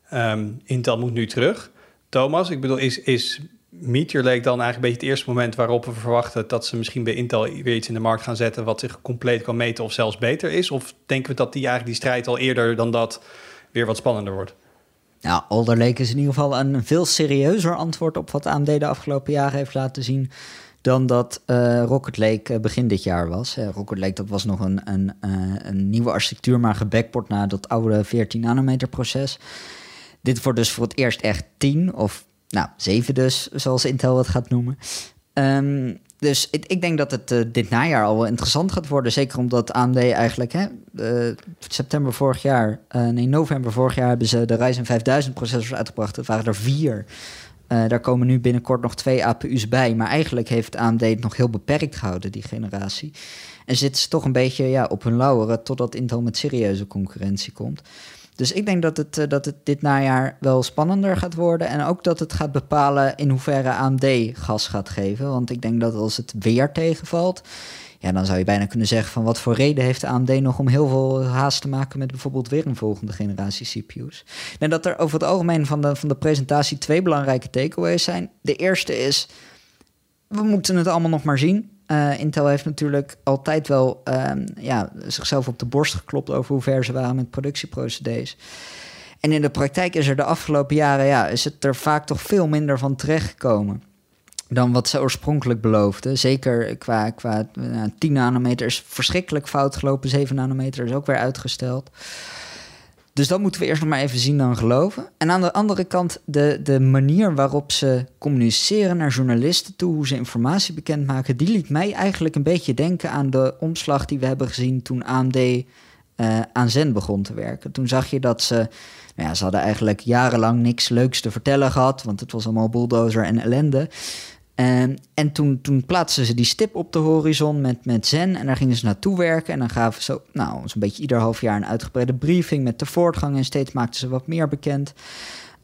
Um, Intel moet nu terug. Thomas, ik bedoel, is... is Meteor Lake dan eigenlijk een beetje het eerste moment waarop we verwachten dat ze misschien bij Intel weer iets in de markt gaan zetten wat zich compleet kan meten of zelfs beter is? Of denken we dat die eigenlijk die strijd al eerder dan dat weer wat spannender wordt? Nou, Alder Lake is in ieder geval een veel serieuzer antwoord op wat A M D de afgelopen jaren heeft laten zien dan dat uh, Rocket Lake uh, begin dit jaar was. Uh, Rocket Lake, dat was nog een, een, uh, een nieuwe architectuur, maar gebackport naar dat oude veertien nanometer proces. Dit wordt dus voor het eerst echt tien of nou, zeven dus, zoals Intel het gaat noemen. Um, dus ik, ik denk dat het uh, dit najaar al wel interessant gaat worden. Zeker omdat A M D eigenlijk... Hè, uh, september vorig jaar... Uh, nee, november vorig jaar hebben ze de Ryzen vijfduizend processors uitgebracht. Dat waren er vier. Uh, daar komen nu binnenkort nog twee A P U's bij. Maar eigenlijk heeft A M D het nog heel beperkt gehouden, die generatie. En zitten ze toch een beetje ja, op hun lauweren totdat Intel met serieuze concurrentie komt. Dus ik denk dat het, uh, dat het dit najaar wel spannender gaat worden. En ook dat het gaat bepalen in hoeverre A M D gas gaat geven. Want ik denk dat als het weer tegenvalt, ja, dan zou je bijna kunnen zeggen van wat voor reden heeft A M D nog om heel veel haast te maken met bijvoorbeeld weer een volgende generatie C P U's. En dat er over het algemeen van de, van de presentatie twee belangrijke takeaways zijn. De eerste is, we moeten het allemaal nog maar zien. Uh, Intel heeft natuurlijk altijd wel uh, ja, zichzelf op de borst geklopt over hoe ver ze waren met productieprocedures. En in de praktijk is er de afgelopen jaren ja, is het er vaak toch veel minder van terechtgekomen dan wat ze oorspronkelijk beloofden. Zeker qua, qua uh, tien nanometer is verschrikkelijk fout gelopen. zeven nanometer is ook weer uitgesteld. Dus dat moeten we eerst nog maar even zien dan geloven. En aan de andere kant, de, de manier waarop ze communiceren naar journalisten toe, hoe ze informatie bekendmaken, die liet mij eigenlijk een beetje denken aan de omslag die we hebben gezien toen A M D uh, aan Zen begon te werken. Toen zag je dat ze, nou ja, ze hadden eigenlijk jarenlang niks leuks te vertellen gehad, want het was allemaal bulldozer en ellende. Um, en toen, toen plaatsten ze die stip op de horizon met, met Zen en daar gingen ze naartoe werken. En dan gaven ze nou, zo'n beetje ieder half jaar een uitgebreide briefing met de voortgang en steeds maakten ze wat meer bekend.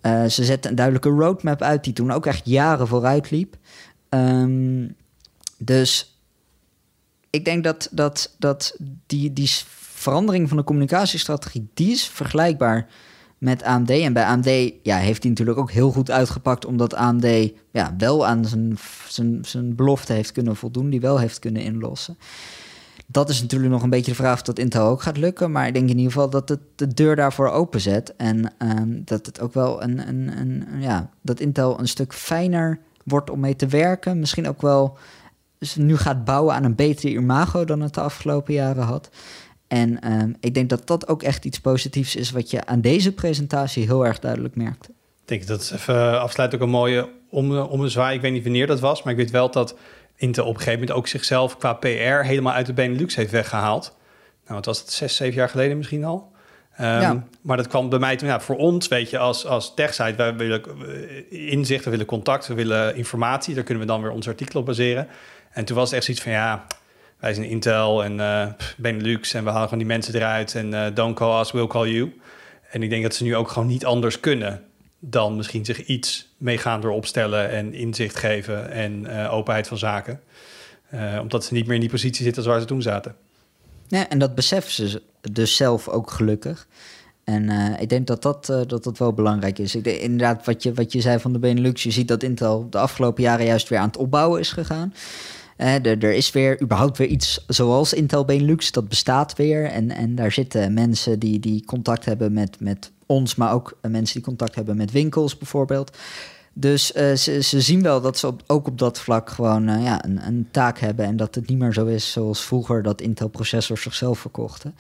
Uh, ze zetten een duidelijke roadmap uit die toen ook echt jaren vooruit liep. Um, dus ik denk dat, dat, dat die, die verandering van de communicatiestrategie, die is vergelijkbaar met A M D. En bij A M D ja, heeft hij natuurlijk ook heel goed uitgepakt, omdat A M D ja, wel aan zijn, zijn, zijn belofte heeft kunnen voldoen, die wel heeft kunnen inlossen. Dat is natuurlijk nog een beetje de vraag of dat Intel ook gaat lukken. Maar ik denk in ieder geval dat het de deur daarvoor openzet. En um, dat het ook wel een, een, een, ja, dat Intel een stuk fijner wordt om mee te werken. Misschien ook wel dus nu gaat bouwen aan een betere imago dan het de afgelopen jaren had. En um, ik denk dat dat ook echt iets positiefs is wat je aan deze presentatie heel erg duidelijk merkte. Ik denk dat het even afsluit ook een mooie om, om een zwaai. Ik weet niet wanneer dat was, maar ik weet wel dat Intel op een gegeven moment ook zichzelf qua P R helemaal uit de Benelux heeft weggehaald. Nou, wat was het, zes, zeven jaar geleden misschien al? Um, ja. Maar dat kwam bij mij toen, ja, voor ons, weet je, als, als tech-site, wij willen inzicht, we willen contact, we willen informatie. Daar kunnen we dan weer ons artikel op baseren. En toen was het echt zoiets van, ja, wij zijn Intel en uh, Benelux en we halen gewoon die mensen eruit. En uh, don't call us, we'll call you. En ik denk dat ze nu ook gewoon niet anders kunnen dan misschien zich iets meegaander opstellen en inzicht geven en uh, openheid van zaken. Uh, omdat ze niet meer in die positie zitten als waar ze toen zaten. Ja, en dat beseffen ze dus zelf ook gelukkig. En uh, ik denk dat dat, uh, dat dat wel belangrijk is. Ik denk, inderdaad, wat je, wat je zei van de Benelux, je ziet dat Intel de afgelopen jaren juist weer aan het opbouwen is gegaan. Uh, er, er is weer überhaupt weer iets zoals Intel Benelux, dat bestaat weer. En, en daar zitten mensen die, die contact hebben met, met ons, maar ook uh, mensen die contact hebben met winkels bijvoorbeeld. Dus uh, ze, ze zien wel dat ze op, ook op dat vlak gewoon uh, ja, een, een taak hebben. En dat het niet meer zo is zoals vroeger dat Intel-processors zichzelf verkochten.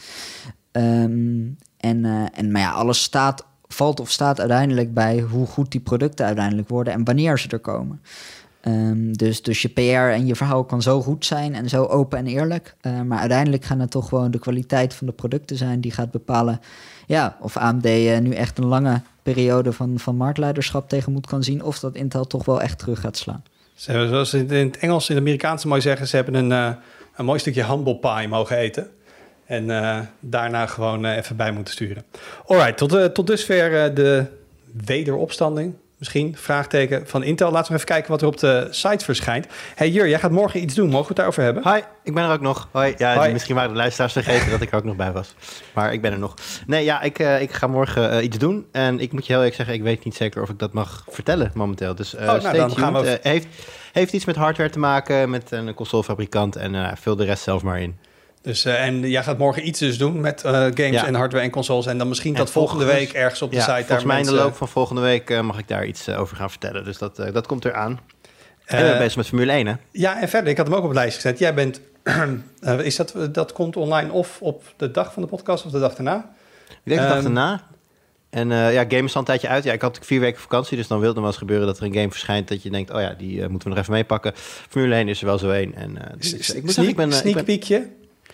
Um, en, uh, en, maar ja, alles staat, valt of staat uiteindelijk bij hoe goed die producten uiteindelijk worden en wanneer ze er komen. Um, dus, dus je P R en je verhaal kan zo goed zijn en zo open en eerlijk. Uh, maar uiteindelijk gaan het toch gewoon de kwaliteit van de producten zijn die gaat bepalen ja, of A M D uh, nu echt een lange periode van, van marktleiderschap tegemoet kan zien, of dat Intel toch wel echt terug gaat slaan. Ze hebben, zoals ze in het Engels en het Amerikaanse mooi zeggen, ze hebben een, uh, een mooi stukje humble pie mogen eten. En uh, daarna gewoon uh, even bij moeten sturen. Alright, tot, uh, tot dusver uh, de wederopstanding. Misschien, vraagteken van Intel. Laten we even kijken wat er op de site verschijnt. Hey Jur, jij gaat morgen iets doen. Mogen we het daarover hebben? Hoi, ik ben er ook nog. Hoi. Ja, Hoi. Misschien waren de luisteraars vergeten dat ik er ook nog bij was. Maar ik ben er nog. Nee, ja, ik, uh, ik ga morgen uh, iets doen. En ik moet je heel eerlijk zeggen, ik weet niet zeker of ik dat mag vertellen momenteel. Dus uh, oh, nou, stay dan tuned. Gaan we... uh, heeft, heeft iets met hardware te maken, met een consolefabrikant. En uh, vul de rest zelf maar in. Dus, uh, en jij gaat morgen iets dus doen met uh, games ja. en hardware en consoles. En dan misschien en dat volgende week ergens op de ja, site. Volgens daar mij mensen... in de loop van volgende week uh, mag ik daar iets uh, over gaan vertellen. Dus dat, uh, dat komt eraan. Uh, en we zijn bezig met Formule één, hè? Ja, en verder, ik had hem ook op het lijstje gezet. Jij bent, uh, is dat, dat komt online of op de dag van de podcast of de dag daarna? Ik denk de um, dag daarna. En uh, ja, game is al een tijdje uit. Ja, ik had vier weken vakantie, dus dan wil er wel eens gebeuren dat er een game verschijnt dat je denkt, oh ja, die uh, moeten we nog even meepakken. Formule één is er wel zo één. En, uh, dus, S- ik moet zeggen, ik ben... Uh, sneak ik ben, peekje?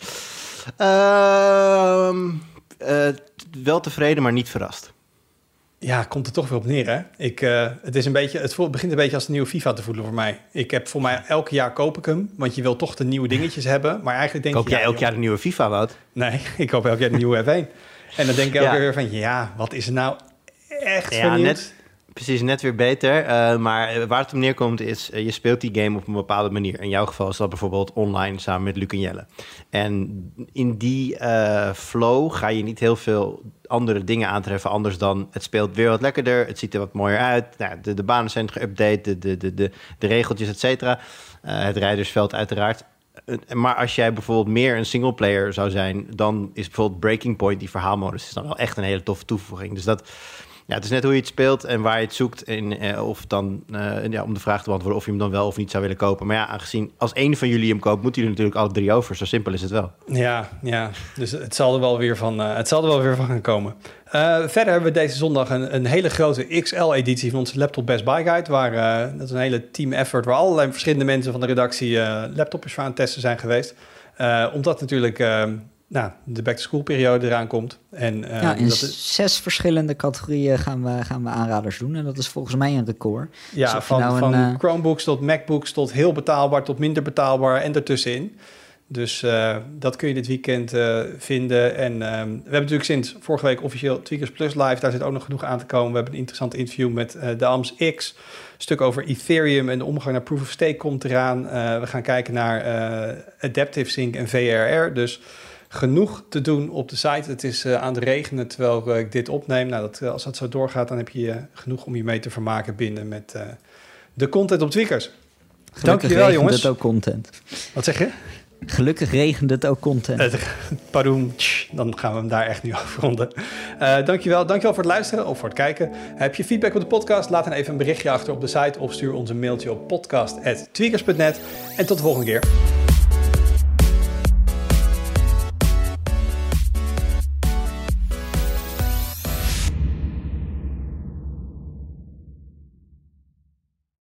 Uh, uh, wel tevreden, maar niet verrast. Ja, komt er toch weer op neer, hè? Ik, uh, het, is een beetje, het voelt, begint een beetje als een nieuwe FIFA te voelen voor mij. Ik heb voor mij elk jaar koop ik hem, want je wil toch de nieuwe dingetjes hebben. Maar eigenlijk denk koop je... jij ja, elk joh, jaar de nieuwe FIFA, Wout? Nee, ik koop elk jaar de nieuwe F één. En dan denk ik elke ja. keer weer van, ja, wat is er nou echt ja, vernieuwd? Net, precies, net weer beter. Uh, maar waar het op neerkomt is, uh, je speelt die game op een bepaalde manier. In jouw geval is dat bijvoorbeeld online samen met Luc en Jelle. En in die uh, flow ga je niet heel veel andere dingen aantreffen, anders dan het speelt weer wat lekkerder, het ziet er wat mooier uit, nou, de, de banen zijn geüpdate, de, de, de, de, de regeltjes, et cetera. Uh, het rijdersveld uiteraard. Uh, maar als jij bijvoorbeeld meer een singleplayer zou zijn, dan is bijvoorbeeld Breaking Point, die verhaalmodus, is dan wel echt een hele toffe toevoeging. Dus dat... Ja, het is net hoe je het speelt en waar je het zoekt. En, uh, of dan, uh, ja, om de vraag te beantwoorden of je hem dan wel of niet zou willen kopen. Maar ja, aangezien als één van jullie hem koopt, moeten jullie natuurlijk alle drie over. Zo simpel is het wel. Ja, ja. Dus het zal er wel weer van, uh, het zal er wel weer van gaan komen. Uh, verder hebben we deze zondag een, een hele grote X L-editie van onze Laptop Best Buy Guide. Waar, uh, dat is een hele team effort waar allerlei verschillende mensen van de redactie uh, laptopjes voor aan het testen zijn geweest. Uh, omdat natuurlijk... Uh, Nou, de back-to-school periode eraan komt. En, uh, ja, in dat is... zes verschillende categorieën gaan we, gaan we aanraders doen. En dat is volgens mij een record. Ja, dus van, nou van een, uh... Chromebooks tot MacBooks tot heel betaalbaar tot minder betaalbaar en ertussenin. Dus uh, dat kun je dit weekend uh, vinden. En um, we hebben natuurlijk sinds vorige week officieel Tweakers Plus Live. Daar zit ook nog genoeg aan te komen. We hebben een interessant interview met uh, de A M S X. Een stuk over Ethereum en de omgang naar Proof of Stake komt eraan. Uh, we gaan kijken naar uh, Adaptive Sync en V R R. Dus genoeg te doen op de site. Het is uh, aan het regenen terwijl uh, ik dit opneem. Nou, dat, uh, als dat zo doorgaat, dan heb je uh, genoeg om je mee te vermaken binnen met uh, de content op Tweakers. Dankjewel, jongens. Het ook content. Wat zeg je? Gelukkig regent het ook content. Uh, Padoem, dan gaan we hem daar echt nu afronden. Uh, dankjewel. Dankjewel voor het luisteren of voor het kijken. Heb je feedback op de podcast? Laat dan even een berichtje achter op de site of stuur ons een mailtje op podcast at tweakers punt net. En tot de volgende keer.